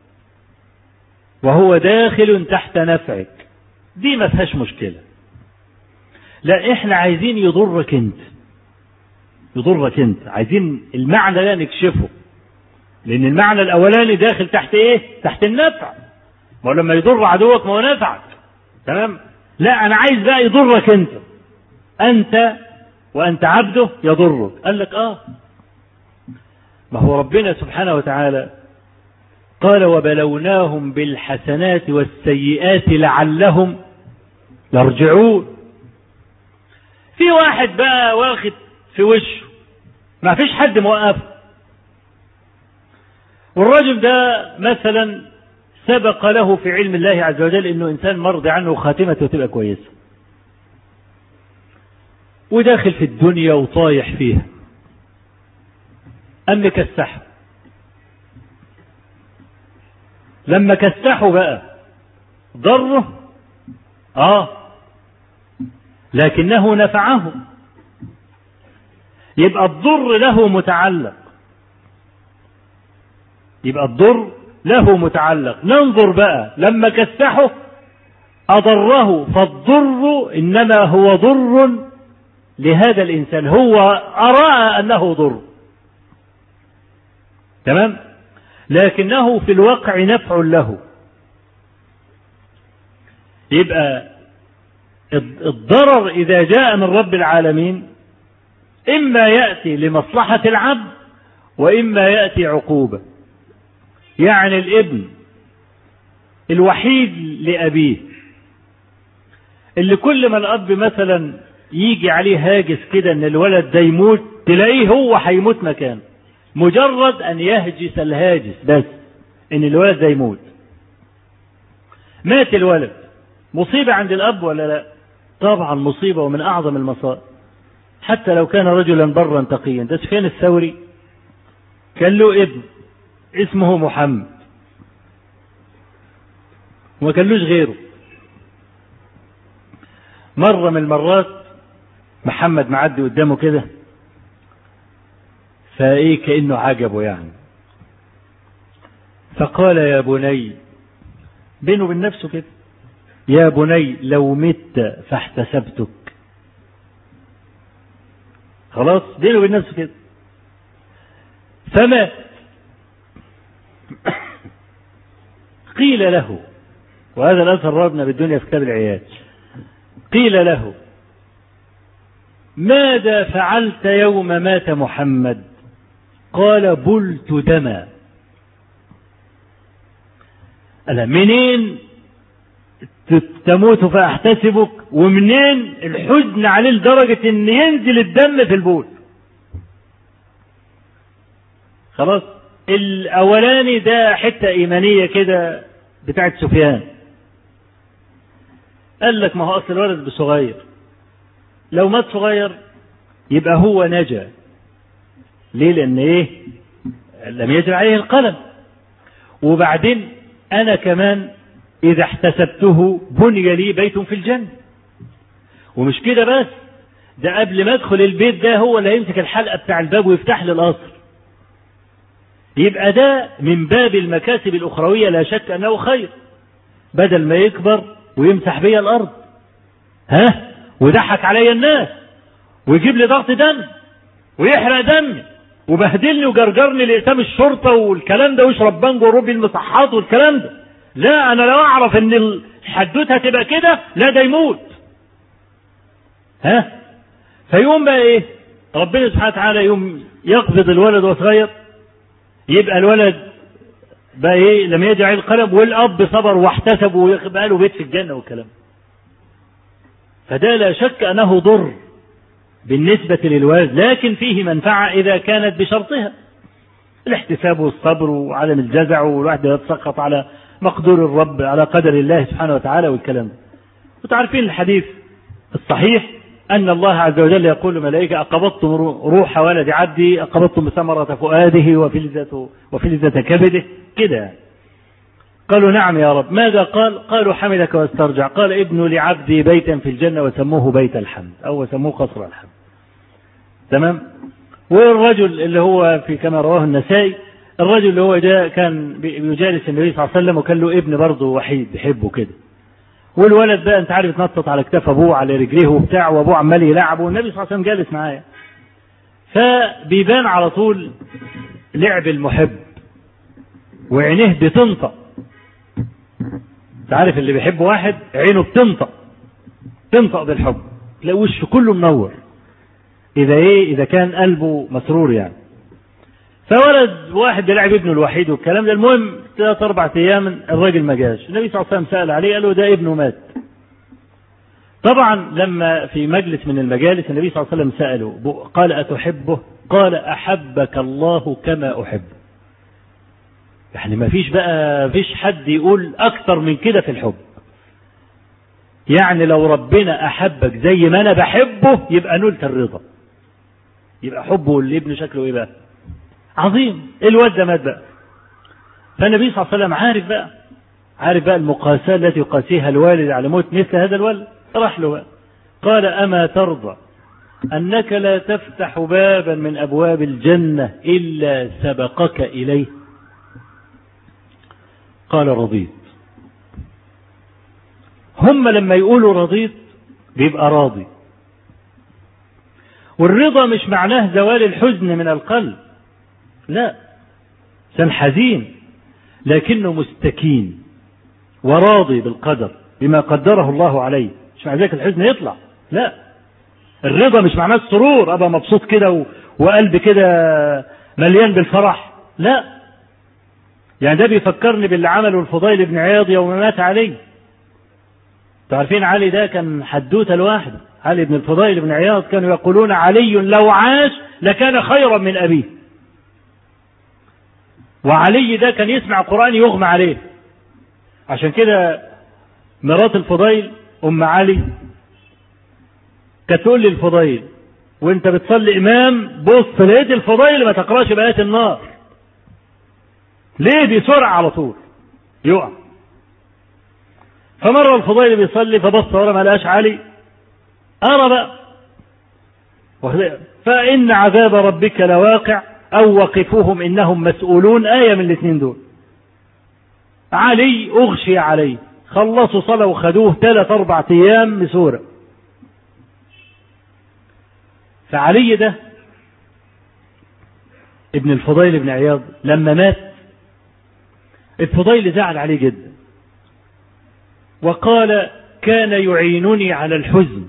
وهو داخل تحت نفعك، دي ما فيهاش مشكلة. لا احنا عايزين يضرك انت، يضرك انت، عايزين المعنى ده نكشفه، لان المعنى الاولاني داخل تحت ايه؟ تحت النفع. ما هو لما يضر عدوك ما هو نفعك. تمام؟ لا انا عايز بقى يضرك انت. أنت وأنت عبده يضرك. قال لك آه، ما هو ربنا سبحانه وتعالى قال وبلوناهم بالحسنات والسيئات لعلهم يرجعون. في واحد بقى واخد في وشه ما فيش حد موقفه، والرجل ده مثلا سبق له في علم الله عز وجل انه انسان مرضي عنه وخاتمته تبقى كويسه، وداخل في الدنيا وطايح فيها، أم كسحه. لما كسحه بقى ضره اه لكنه نفعه، يبقى الضر له متعلق، يبقى الضر له متعلق. ننظر بقى لما كسحه أضره، فالضر إنما هو ضر لهذا الإنسان، هو أرى أنه ضر، تمام، لكنه في الواقع نفع له. يبقى الضرر إذا جاء من رب العالمين إما يأتي لمصلحة العبد وإما يأتي عقوبة. يعني الابن الوحيد لأبيه اللي كل ما الأب مثلا يجي عليه هاجس كده ان الولد ده يموت، تلاقيه هو هيموت مكانه، مجرد ان يهجس الهاجس بس ان الولد ده يموت. مات الولد، مصيبة عند الأب ولا لا؟ طبعا مصيبة ومن أعظم المصائب، حتى لو كان رجلا برا تقيا. ده سفيان الثوري كان له ابن اسمه محمد وما كان لوش غيره. مرة من المرات محمد معدي قدامه كده، فايه كأنه عجبه يعني، فقال يا بني، بينه وبين نفسه كده، يا بني لو مت فاحتسبتك. خلاص بينه وبين نفسه كده، فمات. قيل له، وهذا الأثر رابنا بالدنيا في كتاب العياد، قيل له ماذا فعلت يوم مات محمد؟ قال بلت دما. ألا منين تموت فاحتسبك، ومنين الحزن عليه لدرجة ان ينزل الدم في البول؟ خلاص الاولاني ده حتة ايمانية كده بتاعت سفيان، قال لك ما هو اصل الولد بصغير، لو مات صغير يبقى هو نجا. ليه؟ لان ايه؟ لم يجري عليه القلم. وبعدين انا كمان اذا احتسبته بني لي بيت في الجنة. ومش كده بس، ده قبل ما ادخل البيت ده هو اللي هيمسك الحلقة بتاع الباب ويفتح لي القصر. يبقى ده من باب المكاسب الاخروية، لا شك انه خير، بدل ما يكبر ويمسح بيا الارض ها ويضحك عليا الناس ويجيب لي ضغط دم ويحرق دمي وبهدلني وجرجرني لإقسام الشرطة والكلام ده، ويشرب بانجو وروبي المصحات والكلام ده. لا، انا لو اعرف ان الحدوته هتبقى كده لا ده يموت. ها فيوم بقى ايه؟ ربنا سبحانه وتعالى يوم يقبض الولد وصغير، يبقى الولد بقى ايه؟ لم يجري عليه القلم، والاب صبر واحتسب ويبقى له بيت في الجنه والكلام. فده لا شك انه ضر بالنسبه للولد، لكن فيه منفعه اذا كانت بشرطها، الاحتساب والصبر وعدم الجزع، والواحد يتسقط على مقدور الرب، على قدر الله سبحانه وتعالى والكلام ده. وتعرفين الحديث الصحيح أن الله عز وجل يقول للملائكة أقبضتم روح ولد عبدي، أقبضتم ثمرة فؤاده وفلذة وفلذة كبده كده. قالوا نعم يا رب. ماذا قال؟ قالوا حمدك واسترجع. قال ابنوا لعبدي بيتا في الجنة وسموه بيت الحمد، أو سموه قصر الحمد. تمام. والرجل اللي هو في كما رواه النسائي، الرجل اللي هو جاء كان بيجالس النبي صلى الله عليه وسلم، وكان له ابن برضه وحيد بيحبه كده، والولد بقى انت عارف يتنطط على كتاف ابوه على رجليه وبتاع، وابوه عمال يلعبه، والنبي صلى الله عليه وسلم جالس معاه، فبيبان على طول لعب المحب وعينيه بتنطق. انت عارف اللي بيحب واحد عينه بتنطق، تنطق بالحب. تلاقي وشه كله منور، إذا إيه إذا كان قلبه مسرور يعني. فولد واحد بيلعب ابنه الوحيد والكلام ده. المهم ثلاث أربع أيام الراجل ما جاش، النبي صلى الله عليه وسلم سأل عليه قال له ده ابنه مات. طبعا لما في مجلس من المجالس النبي صلى الله عليه وسلم سأله قال أتحبه؟ قال أحبك الله كما أحب. يعني ما فيش بقى فيش حد يقول أكتر من كده في الحب. يعني لو ربنا أحبك زي ما أنا بحبه يبقى نلت الرضا، يبقى حبه لابنه شكله إيه بقى؟ عظيم. الواد ده مات بقى. فالنبي صلى الله عليه وسلم عارف بقى عارف بقى المقاساة التي يقاسيها الوالد على موت مثل هذا الولد. راح له بقى قال أما ترضى أنك لا تفتح بابا من أبواب الجنة إلا سبقك إليه؟ قال رضيت. هم لما يقولوا رضيت بيبقى راضي، والرضا مش معناه زوال الحزن من القلب، لا، إنسان حزين لكنه مستكين وراضي بالقدر بما قدره الله عليه، مش معنى ذلك الحزن يطلع، لا. الرضا مش معناه السرور أبقى مبسوط كده وقلبي كده مليان بالفرح، لا. يعني ده بيفكرني باللي عمله الفضيل بن عياض يوم مات علي. تعرفين علي ده كان حدوته لوحده، علي بن الفضيل بن عياض كانوا يقولون علي لو عاش لكان خيرا من أبيه. وعلي ده كان يسمع القرآن يغمى عليه. عشان كده مرات الفضيل أم علي كانت تقول للفضيل وانت بتصلي إمام بص لقيت الفضيل ما تقراش بآيات النار، ليه؟ بسرعة على طول يقع. فمرة الفضيل بيصلي فبص ورا ما لقاش علي، أرى بقى فإن عذاب ربك لواقع أو وقفوهم إنهم مسؤولون، آية من الاثنين دول. علي أغشي عليه، خلصوا صلاة وخدوه ثلاث أربع أيام بسورة. فعلي ده ابن الفضيل بن عياض لما مات الفضيل زعل عليه جدا وقال كان يعينني على الحزن،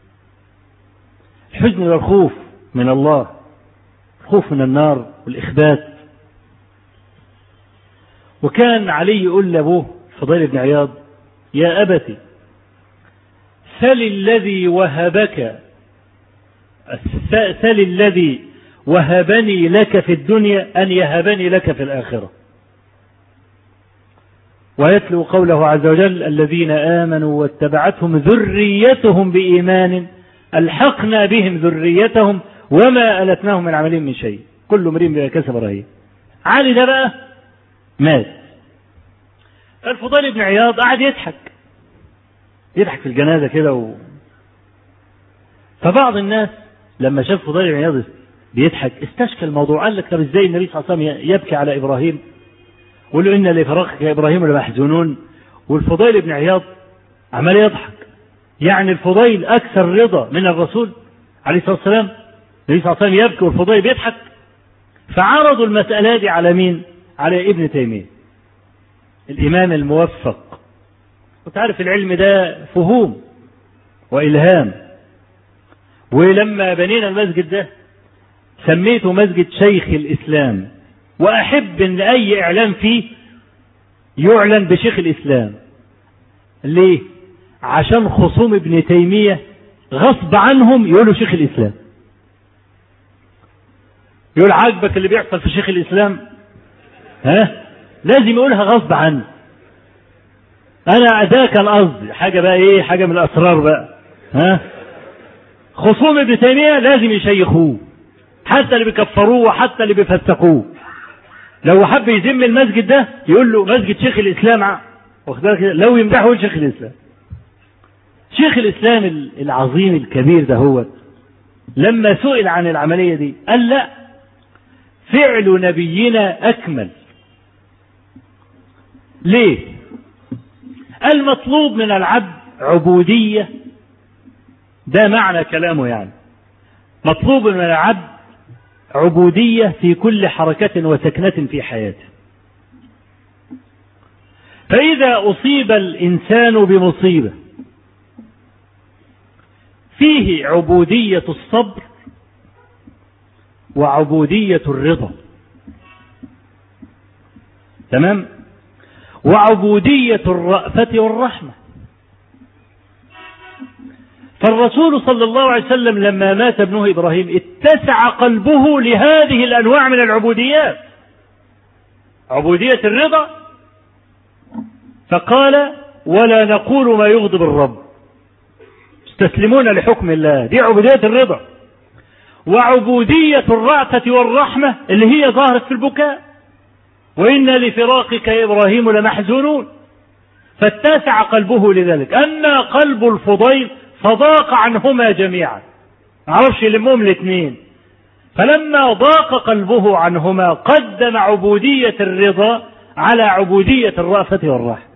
الحزن والخوف من الله، الخوف من النار والإخبات. وكان علي يقول لأبوه الفضيل بن عياض يا أبتي سل الذي وهبك سل الذي وهبني لك في الدنيا أن يهبني لك في الآخرة. ويتلو قوله عز وجل الذين آمنوا واتبعتهم ذريتهم بإيمان ألحقنا بهم ذريتهم وما ألتناهم من عملهم من شيء كل امرئ بما كسب رهين. علي ده بقى مات. فالفضيل بن عياض قعد يضحك يضحك في الجنازة كده و... فبعض الناس لما شاف فضيل بن عياض بيضحك استشكل الموضوع، قال لك طب ازاي النبي صلى الله عليه وسلم يبكي على إبراهيم وقال له إن لفراقك يا إبراهيم لمحزونون، والفضيل بن عياض عمال يضحك؟ يعني الفضيل أكثر رضا من الرسول عليه الصلاة والسلام؟ النبي صلى الله عليه وسلم يبكي والفضيل بيضحك. فعرضوا المسألة دي على مين؟ على ابن تيمية الإمام الموفق. وتعرف العلم ده فهوم وإلهام. ولما بنينا المسجد ده سميته مسجد شيخ الإسلام، وأحب أن أي إعلان فيه يعلن بشيخ الإسلام. ليه؟ عشان خصوم ابن تيمية غصب عنهم يقولوا شيخ الإسلام. يقول عاجبك اللي بيحصل في شيخ الإسلام؟ ها؟ لازم يقولها غصب عنه. أنا ده كان قصدي حاجة بقى إيه، حاجة من الأسرار بقى. ها؟ خصوم ابن تيمية لازم يشيخوه، حتى اللي بيكفروه وحتى اللي بيفسقوه. لو حب يذم المسجد ده يقول له مسجد شيخ الإسلام، لو يمدحه يقول شيخ الإسلام. شيخ الإسلام العظيم الكبير ده هو لما سئل عن العملية دي قال لا، فعل نبينا أكمل. ليه؟ المطلوب من العبد عبودية، ده معنى كلامه. يعني مطلوب من العبد عبودية في كل حركة وسكنة في حياته. فإذا أصيب الإنسان بمصيبة فيه عبودية الصبر وعبودية الرضا، تمام، وعبودية الرأفة والرحمة. فالرسول صلى الله عليه وسلم لما مات ابنه إبراهيم اتسع قلبه لهذه الأنواع من العبوديات، عبودية الرضا، فقال ولا نقول ما يغضب الرب، تستسلمون لحكم الله، دي عبودية الرضا. وعبودية الرأفة والرحمة اللي هي ظهرت في البكاء، وإن لفراقك يا إبراهيم لمحزونون، فاتسع قلبه لذلك. أما قلب الفضيل فضاق عنهما جميعا، ما عرفش يلمهم الاثنين، فلما ضاق قلبه عنهما قدم عبودية الرضا على عبودية الرأفة والرحمة.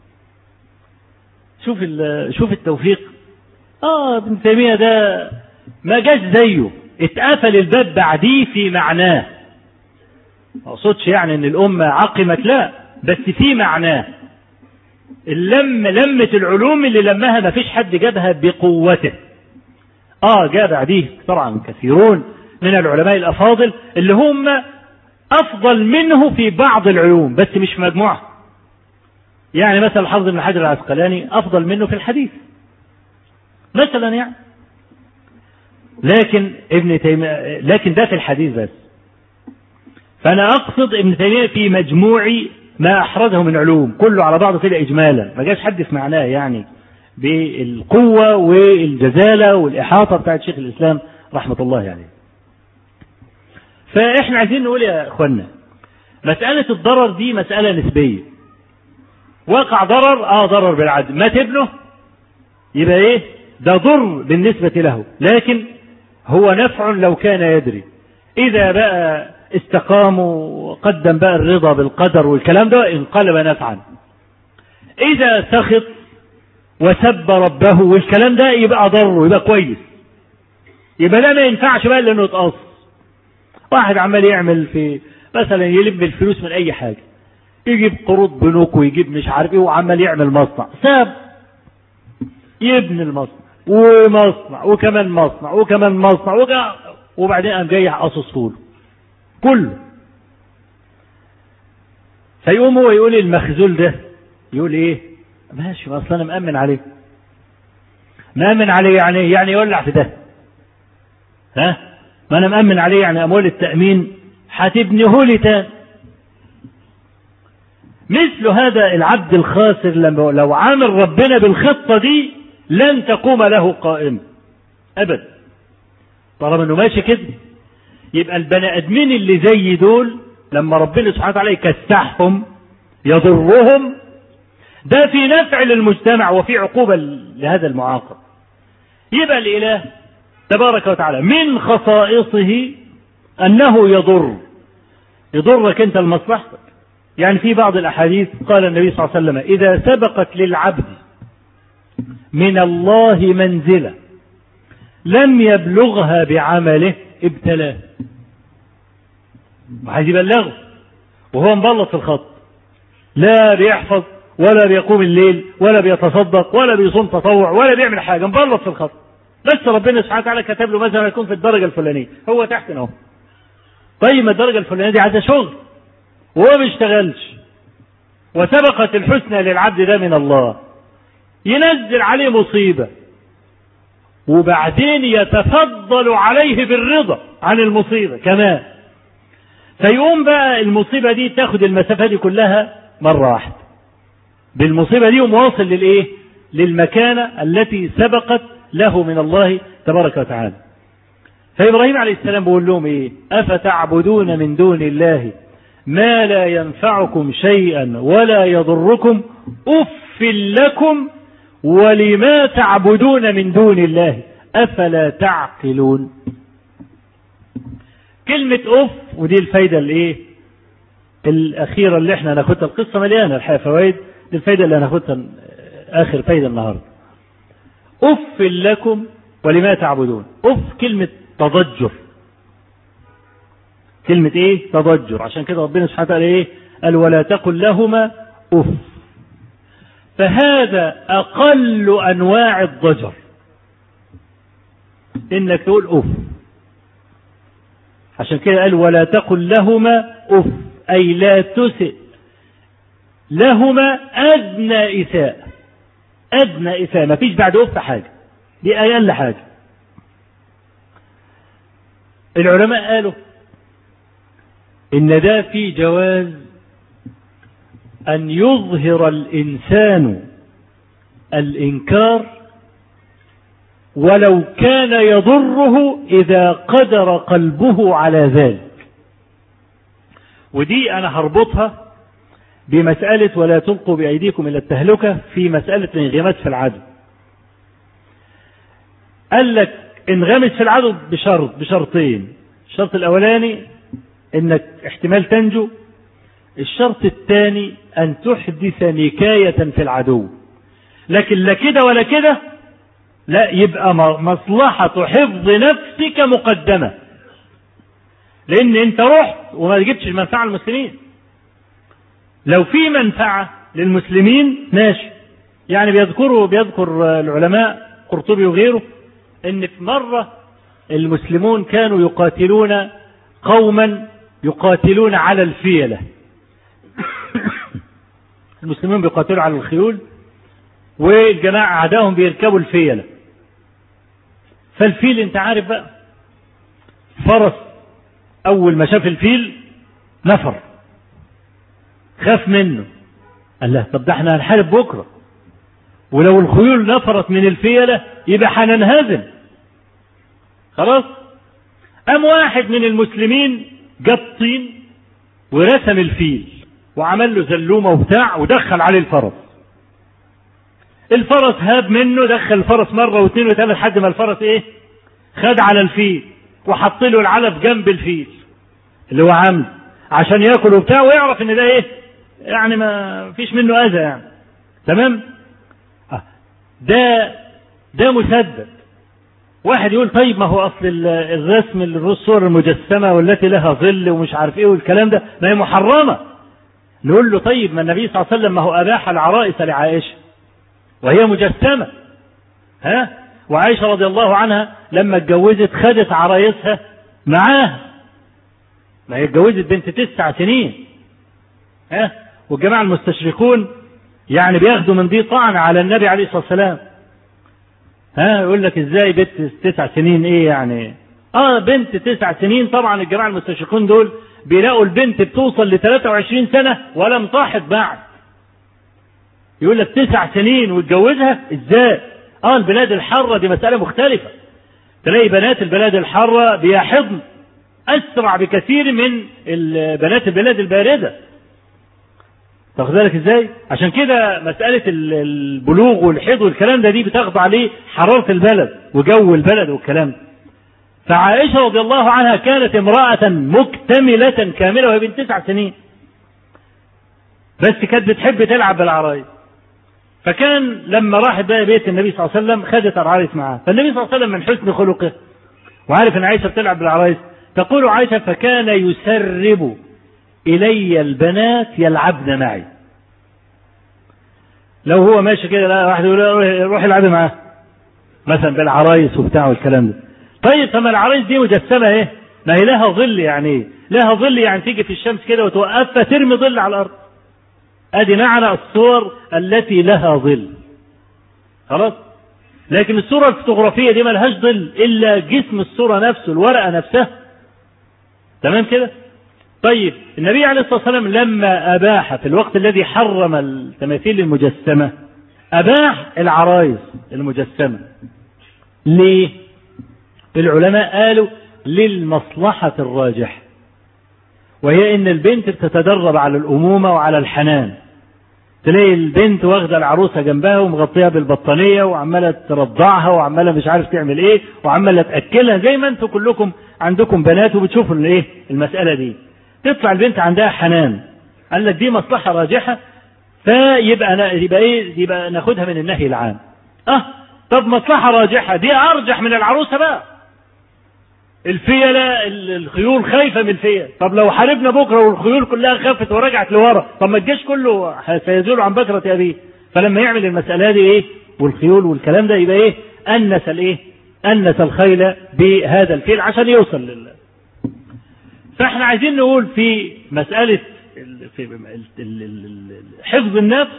شوف شوف التوفيق. اه ابن تيمية ده ما جاش زيه، اتقفل الباب بعديه في معناه، ما اقصدش يعني ان الامة عقمت، لا، بس في معناه. اللم لمة العلوم اللي لمها ما فيش حد جابها بقوته. اه جاء بعديه طبعا كثيرون من العلماء الافاضل اللي هم افضل منه في بعض العلوم بس مش مجموعة. يعني مثلا الحافظ ابن حجر العسقلاني افضل منه في الحديث مثلا يعني، لكن ابن تيمية لكن ده في الحديث بس. فانا اقصد ابن تيمية في مجموع ما احرزه من علوم كله على بعضه كده اجمالا، ما جاش حد في معناه يعني بالقوة والجزالة والاحاطة بتاعت شيخ الاسلام رحمة الله عليه يعني. فاحنا عايزين نقول يا اخوانا مسألة الضرر دي مسألة نسبية. وقع ضرر، اه ضرر بالعدل، مات ابنه يبقى ايه ده ضر بالنسبة له، لكن هو نفع لو كان يدري. اذا بقى استقاموا وقدم بقى الرضا بالقدر والكلام ده انقلب نفعا. اذا سخط وسب ربه والكلام ده يبقى ضره، يبقى كويس، يبقى ده ما ينفعش بقى لانه يتقص. واحد عمال يعمل في مثلا يلم الفلوس من اي حاجة، يجيب قروض بنوك ويجيب مش عارف ايه، وعمال يعمل مصنع، ساب يبني المصنع ومصنع وكمان مصنع وكمان مصنع وجا وبعدين قام جاي يحقص له كله. فيقوم هو يقول المخزول ده يقول ايه ماشي، ما اصل انا مأمن عليه، مأمن عليه يعني يعني يولع في ده، ها ما انا مأمن عليه يعني اموال التأمين هتبنيه لي تاني. مثل هذا العبد الخاسر لما لو عامل ربنا بالخطة دي لن تقوم له قائمة ابدا، طالما انه ماشي كده. يبقى البني ادمين اللي زي دول لما ربنا سبحانه وتعالى يكسحهم يضرهم، ده في نفع للمجتمع وفي عقوبة لهذا المعاقب. يبقى الاله تبارك وتعالى من خصائصه انه يضر، يضرك انت لمصلحتك. يعني في بعض الاحاديث قال النبي صلى الله عليه وسلم اذا سبقت للعبد من الله منزلة لم يبلغها بعمله ابتلاه. وعايز يبلغه وهو مبلط في الخط، لا بيحفظ ولا بيقوم الليل ولا بيتصدق ولا بيصوم تطوع ولا بيعمل حاجة، مبلط في الخط، بس ربنا سبحانه وتعالى كتب له مثلا يكون في الدرجة الفلانية، هو تحت اهو. طيب ما الدرجة الفلانية دي عايزة شغل وهو ما بيشتغلش، وسبقت الحسنى للعبد ده من الله، ينزل عليه مصيبة وبعدين يتفضل عليه بالرضا عن المصيبة كمان، فيقوم بقى المصيبة دي تاخد المسافة دي كلها مرة واحدة بالمصيبة دي ومواصل للإيه للمكانة التي سبقت له من الله تبارك وتعالى. فإبراهيم عليه السلام بيقول لهم إيه أفتعبدون من دون الله ما لا ينفعكم شيئا ولا يضركم أف لكم ولما تعبدون من دون الله أفلا تعقلون. كلمة أف، ودي الفايدة الايه الأخيرة اللي احنا ناخدها، القصة مليانة الحقيقة فوائد، دي الفايدة اللي هناخدها آخر فايدة النهاردة. أف لكم ولما تعبدون. أف كلمة تضجر، كلمة ايه تضجر، عشان كده ربنا سبحانه وتعالى ايه قال ولا تقل لهما أف. فهذا أقل أنواع الضجر، انك تقول اف. عشان كده قال ولا تقل لهما اف، اي لا تسئ لهما ادنى اساءة. ادنى اساءة، ما فيش بعد اف حاجة، دي اقل حاجة. العلماء قالوا ان ده في جواز ان يظهر الانسان الانكار ولو كان يضره اذا قدر قلبه على ذلك. ودي انا هربطها بمسألة ولا تلقوا بايديكم الى التهلكة في مسألة الانغماس في العدو. قال لك انغمس في العدو بشرط بشرطين. الشرط الاولاني انك احتمال تنجو، الشرط الثاني ان تحدث نكاية في العدو. لكن لا كده ولا كده، لا، يبقى مصلحة حفظ نفسك مقدمة، لان انت رحت وما جبتش منفعة للمسلمين. لو في منفعة للمسلمين ماشي. يعني بيذكروا بيذكر العلماء قرطبي وغيره ان في مرة المسلمون كانوا يقاتلون قوما يقاتلون على الفيلة. المسلمين بيقاتلوا على الخيول والجماعة أعدائهم بيركبوا الفيلة. فالفيل انت عارف بقى، فرس أول ما شاف الفيل نفر، خاف منه. قال له طب ده احنا هنحارب بكرة، ولو الخيول نفرت من الفيلة يبقى هننهزم خلاص. قام واحد من المسلمين جاب طين ورسم الفيل وعمل له زلومة وبتاع ودخل عليه الفرس. الفرس هاب منه، دخل الفرس مرة واثنين وثلاثة لحد ما الفرس ايه خد على الفيل وحط له العلف جنب الفيل اللي هو عامل عشان ياكل وبتاع ويعرف ان ده ايه يعني ما فيش منه اذى يعني. تمام. ده ده مسدد. واحد يقول طيب ما هو اصل الرسم الصور المجسمة والتي لها ظل ومش عارف ايه والكلام ده ما هي محرمة. نقول له طيب ما النبي صلى الله عليه وسلم ما هو اباح العرائس لعائشة وهي مجسمة، ها؟ وعائشة رضي الله عنها لما اتجوزت خدت عرايسها معاها، ما هي اتجوزت بنت تسع سنين، ها؟ والجماعة المستشرقون يعني بياخدوا من دي طعن على النبي عليه الصلاة والسلام. ها يقول لك ازاي بنت تسع سنين ايه يعني؟ اه بنت تسع سنين. طبعا الجماعة المستشرقون دول بيلاقوا البنت بتوصل ل ثلاثة وعشرين سنة ولم تحض بعد. يقول لك تسع سنين وتجوزها ازاي؟ اه البلاد الحارة دي مسألة مختلفة. تلاقي بنات البلاد الحارة بيحضن اسرع بكثير من بنات البلاد الباردة. تاخد بالك ازاي؟ عشان كده مسألة البلوغ والحيض والكلام ده دي بتاخد عليه حرارة البلد وجو البلد والكلام ده. فعائشة رضي الله عنها كانت امرأة مكتملة كاملة وهي بنت تسع سنين، بس كانت بتحب تلعب بالعرايس. فكان لما راحت بقى بيت النبي صلى الله عليه وسلم خدت العرايس معاه. فالنبي صلى الله عليه وسلم من حسن خلقه وعارف ان عائشة بتلعب بالعرايس، تقول عائشة فكان يسرب إلي البنات يلعبن معي. لو هو ماشي كده لا واحد يقول روح العبي معاه مثلا بالعرايس وبتاع والكلام ده. طيب فما العرايس دي مجسمة ايه؟ ما هي لها ظل يعني ايه؟ لها ظل يعني تيجي في الشمس كده وتوقفها ترمي ظل على الأرض. ادي معنى الصور التي لها ظل خلاص. لكن الصورة الفوتوغرافية دي ما لهاش ظل الا جسم الصورة نفسه، الورقة نفسها. تمام كده؟ طيب النبي عليه الصلاة والسلام لما أباح في الوقت الذي حرم التماثيل المجسمة أباح العرايس المجسمة. ليه؟ العلماء قالوا للمصلحة الراجحة، وهي ان البنت بتتدرب على الأمومة وعلى الحنان. تلاقي البنت واخدة العروسة جنبها ومغطيها بالبطانية وعمالة ترضعها وعمالة مش عارف تعمل ايه وعمالة تأكلها زي ما انتم كلكم عندكم بنات وبتشوفوا الايه المسألة دي. تطلع البنت عندها حنان. قال لك دي مصلحة راجحة، فيبقى يبقى ايه يبقى ناخدها من النهي العام. اه طب مصلحة راجحة دي ارجح من العروسة بقى. الفيلة الخيول خايفة من الفيل، طب لو حاربنا بكرة والخيول كلها خافت ورجعت لورا، طب ما الجيش كله سيزول عن بكرة أبيه. فلما يعمل المسألة دي ايه والخيول والكلام ده يبقى ايه أنس الايه أنس الخيل بهذا الفيل عشان يوصل لله. فاحنا عايزين نقول في مسألة حفظ النفس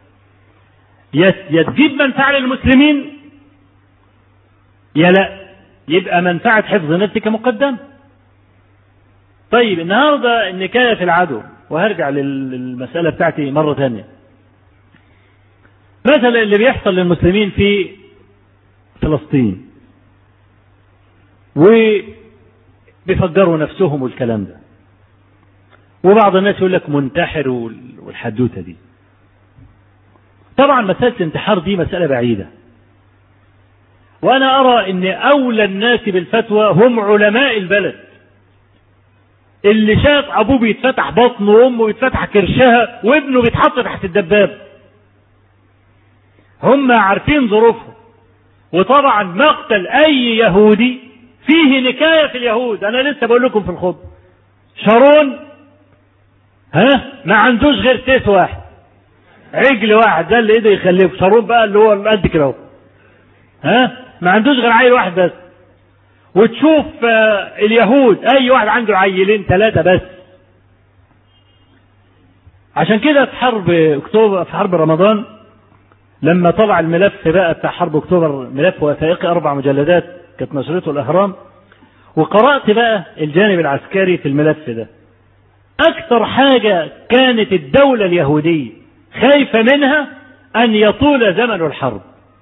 يتجيب منفعة للمسلمين يا لا، يبقى منفعة حفظ نفسك مقدم. طيب النهاردة النكاية في العدو، وهرجع للمسألة بتاعتي مرة ثانية. مثلا اللي بيحصل للمسلمين في فلسطين وبيفجروا نفسهم والكلام ده، وبعض الناس يقول لك منتحر والحدوتة دي. طبعا مسألة الانتحار دي مسألة بعيدة، وأنا أرى أن أولى الناس بالفتوى هم علماء البلد، اللي شاف أبوه بيتفتح بطنه وأمه بيتفتح كرشها وابنه بيتحط تحت الدباب، هم عارفين ظروفهم. وطبعا مقتل أي يهودي فيه نكاية في اليهود. أنا لسه بقول لكم في الخطبة شارون ها ما عندوش غير تيس واحد، عجل واحد، ده اللي ايده يخليه. شارون بقى اللي هو قد كده اهو، ها ما عندوش غير عيل واحد بس. وتشوف آه اليهود اي واحد عنده عيلين ثلاثة بس. عشان كده في حرب اكتوبر، في حرب رمضان، لما طلع الملف بقى بتاع حرب اكتوبر، ملف وثائقي اربع مجلدات كانت نشرته الاهرام، وقرأت بقى الجانب العسكري في الملف ده. اكثر حاجة كانت الدولة اليهودية خايفة منها ان يطول زمن الحرب.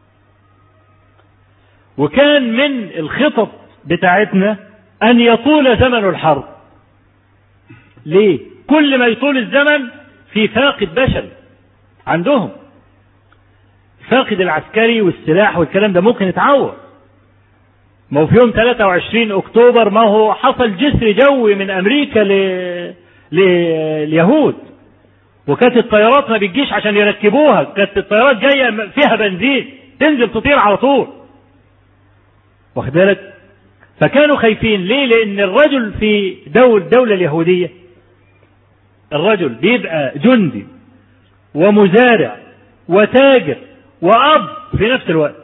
وكان من الخطط بتاعتنا ان يطول زمن الحرب. ليه؟ كل ما يطول الزمن في فاقد بشري عندهم، فاقد العسكري والسلاح والكلام ده ممكن يتعور. ما هو في يوم ثلاثة وعشرين اكتوبر ما هو حصل جسر جوي من امريكا ل... لليهود، وكانت الطيارات ما بتجيش عشان يركبوها، كانت الطيارات جايه فيها بنزين تنزل تطير على طول، واخد بالك؟ فكانوا خايفين. ليه؟ لان الرجل في دول الدوله اليهوديه، الرجل بيبقى جندي ومزارع وتاجر واب في نفس الوقت،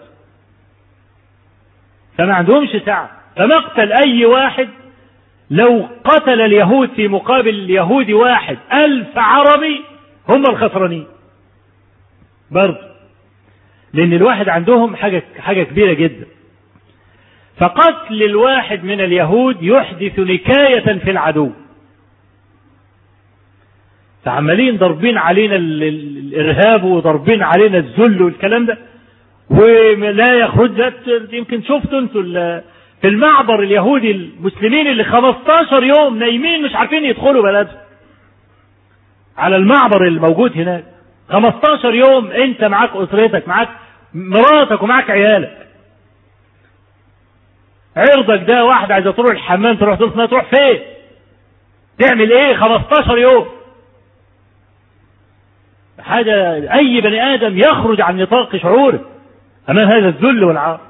فما عندهمش سعه. فمقتل اي واحد، لو قتل اليهود في مقابل اليهودي واحد ألف عربي، هم الخسرانين برضه، لأن الواحد عندهم حاجة حاجة كبيرة جدا. فقتل الواحد من اليهود يحدث نكاية في العدو. فعمالين ضربين علينا الإرهاب وضربين علينا الذل والكلام ده، ولا يخرج. يمكن شفتوا انتوا في المعبر اليهودي المسلمين اللي خمستاشر يوم نايمين مش عارفين يدخلوا بلدهم، على المعبر الموجود هناك خمستاشر يوم. انت معاك اسرتك، معاك مراتك ومعاك عيالك، عرضك ده واحد عايز تروح الحمام تروح تصنع، تروح فين؟ تعمل ايه خمستاشر يوم؟ حاجة اي بني ادم يخرج عن نطاق شعوره امام هذا الذل والعار.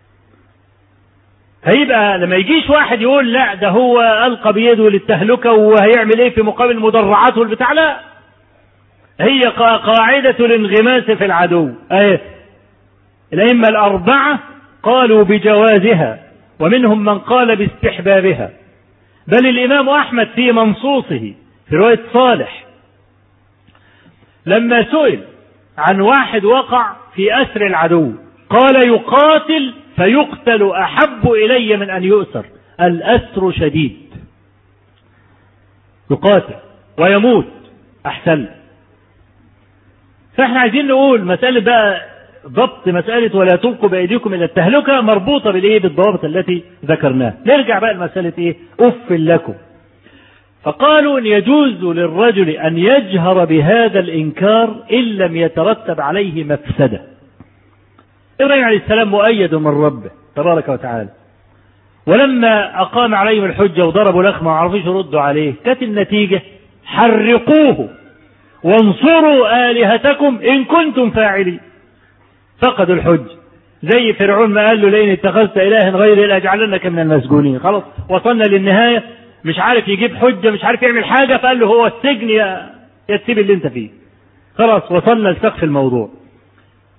هيبقى لما يجيش واحد يقول لا ده هو ألقى بيده للتهلكة وهيعمل ايه في مقابل مدرعاته والبتاع، لا، هي قاعدة الانغماس في العدو. ايه الأئمة الأربعة قالوا بجوازها، ومنهم من قال باستحبابها، بل الإمام أحمد في منصوصه في رواية صالح لما سئل عن واحد وقع في أسر العدو قال يقاتل فيقتل أحب إلي من أن يؤسر، الأسر شديد، يقاتل ويموت أحسن. فإحنا عايزين نقول مسألة بقى ضبط مسألة ولا تلقوا بأيديكم إلى التهلكة مربوطة بالإيه؟ بالضوابط التي ذكرناها. نرجع بقى لمسألة إيه؟ أف لكم. فقالوا إن يجوز للرجل أن يجهر بهذا الإنكار إن لم يترتب عليه مفسدة. إبراهيم عليه السلام مؤيد من ربه تبارك وتعالى، ولما أقام عليهم الحجة وضربوا لخمة وعرفوش يردوا عليه، كانت النتيجة حرقوه وانصروا آلهتكم إن كنتم فاعلين. فقدوا الحج، زي فرعون ما قال له لئن اتخذت إلها غيري لأجعلنك من المسجونين. خلاص وصلنا للنهاية، مش عارف يجيب حجة، مش عارف يعمل حاجة، فقال له هو السجن يا يا تسيب اللي انت فيه. خلاص وصلنا لسقف الموضوع.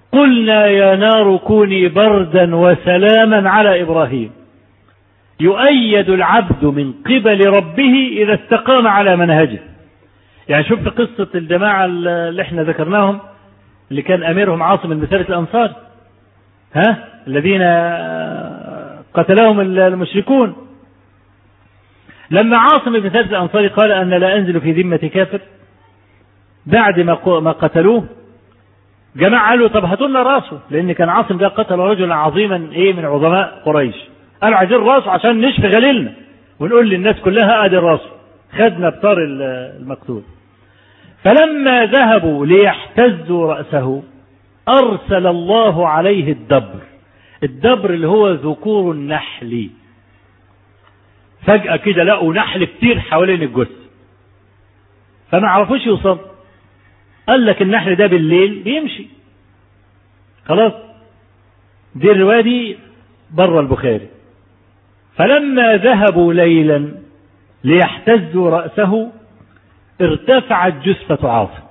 قلنا يا نار كوني بردا وسلاما على إبراهيم. يؤيد العبد من قبل ربه إذا استقام على منهجه. يعني شوف في قصة الجماعة اللي احنا ذكرناهم اللي كان أميرهم عاصم بن ثابت الأنصاري، ها الذين قتلهم المشركون. لما عاصم بن ثابت الأنصاري قال أن لا أنزل في ذمة كافر بعد ما قتلوه، جماعة قالوا طب هاتوا لنا راسه، لأن كان عاصم ده قتل رجلا عظيما إيه من عظماء قريش. قالوا عايزين راسه عشان نشفي غليلنا ونقول للناس كلها ادي راسه، خدنا بطار المقتول. فلما ذهبوا ليحتزوا رأسه أرسل الله عليه الدبر. الدبر اللي هو ذكور النحل. فجأة كده لقوا نحل كتير حوالين الجثة فما عرفوش يوصل. قال لك النحل ده بالليل بيمشي خلاص. دي الرواية دي بره البخاري. فلما ذهبوا ليلا ليحتزوا رأسه ارتفعت جثة عاصم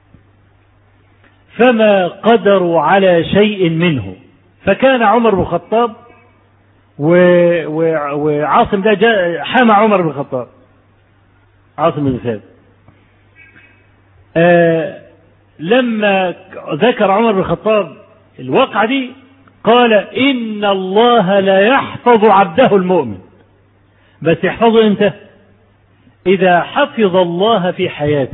فما قدروا على شيء منه. فكان عمر بن الخطاب وعاصم ده جاء حمى عمر بن الخطاب، عاصم بن ثابت. آه لما ذكر عمر بن الخطاب الواقعة دي قال إن الله لا يحفظ عبده المؤمن، بس يحفظه امتى؟ إذا حفظ الله في حياته.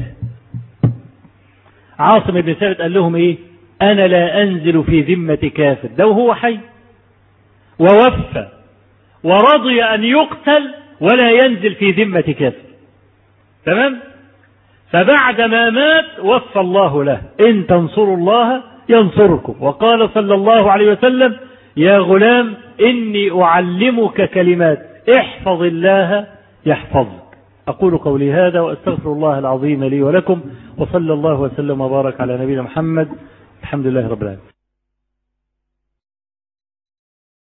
عاصم بن ثابت قال لهم إيه؟ أنا لا أنزل في ذمة كافر، ده وهو حي ووفى ورضي أن يقتل ولا ينزل في ذمة كافر. تمام؟ فبعد ما مات وفى الله له إن تنصروا الله ينصركم. وقال صلى الله عليه وسلم يا غلام إني أعلمك كلمات احفظ الله يحفظك. أقول قولي هذا وأستغفر الله العظيم لي ولكم، وصلى الله وسلم وبارك على نبينا محمد. الحمد لله رب العالمين.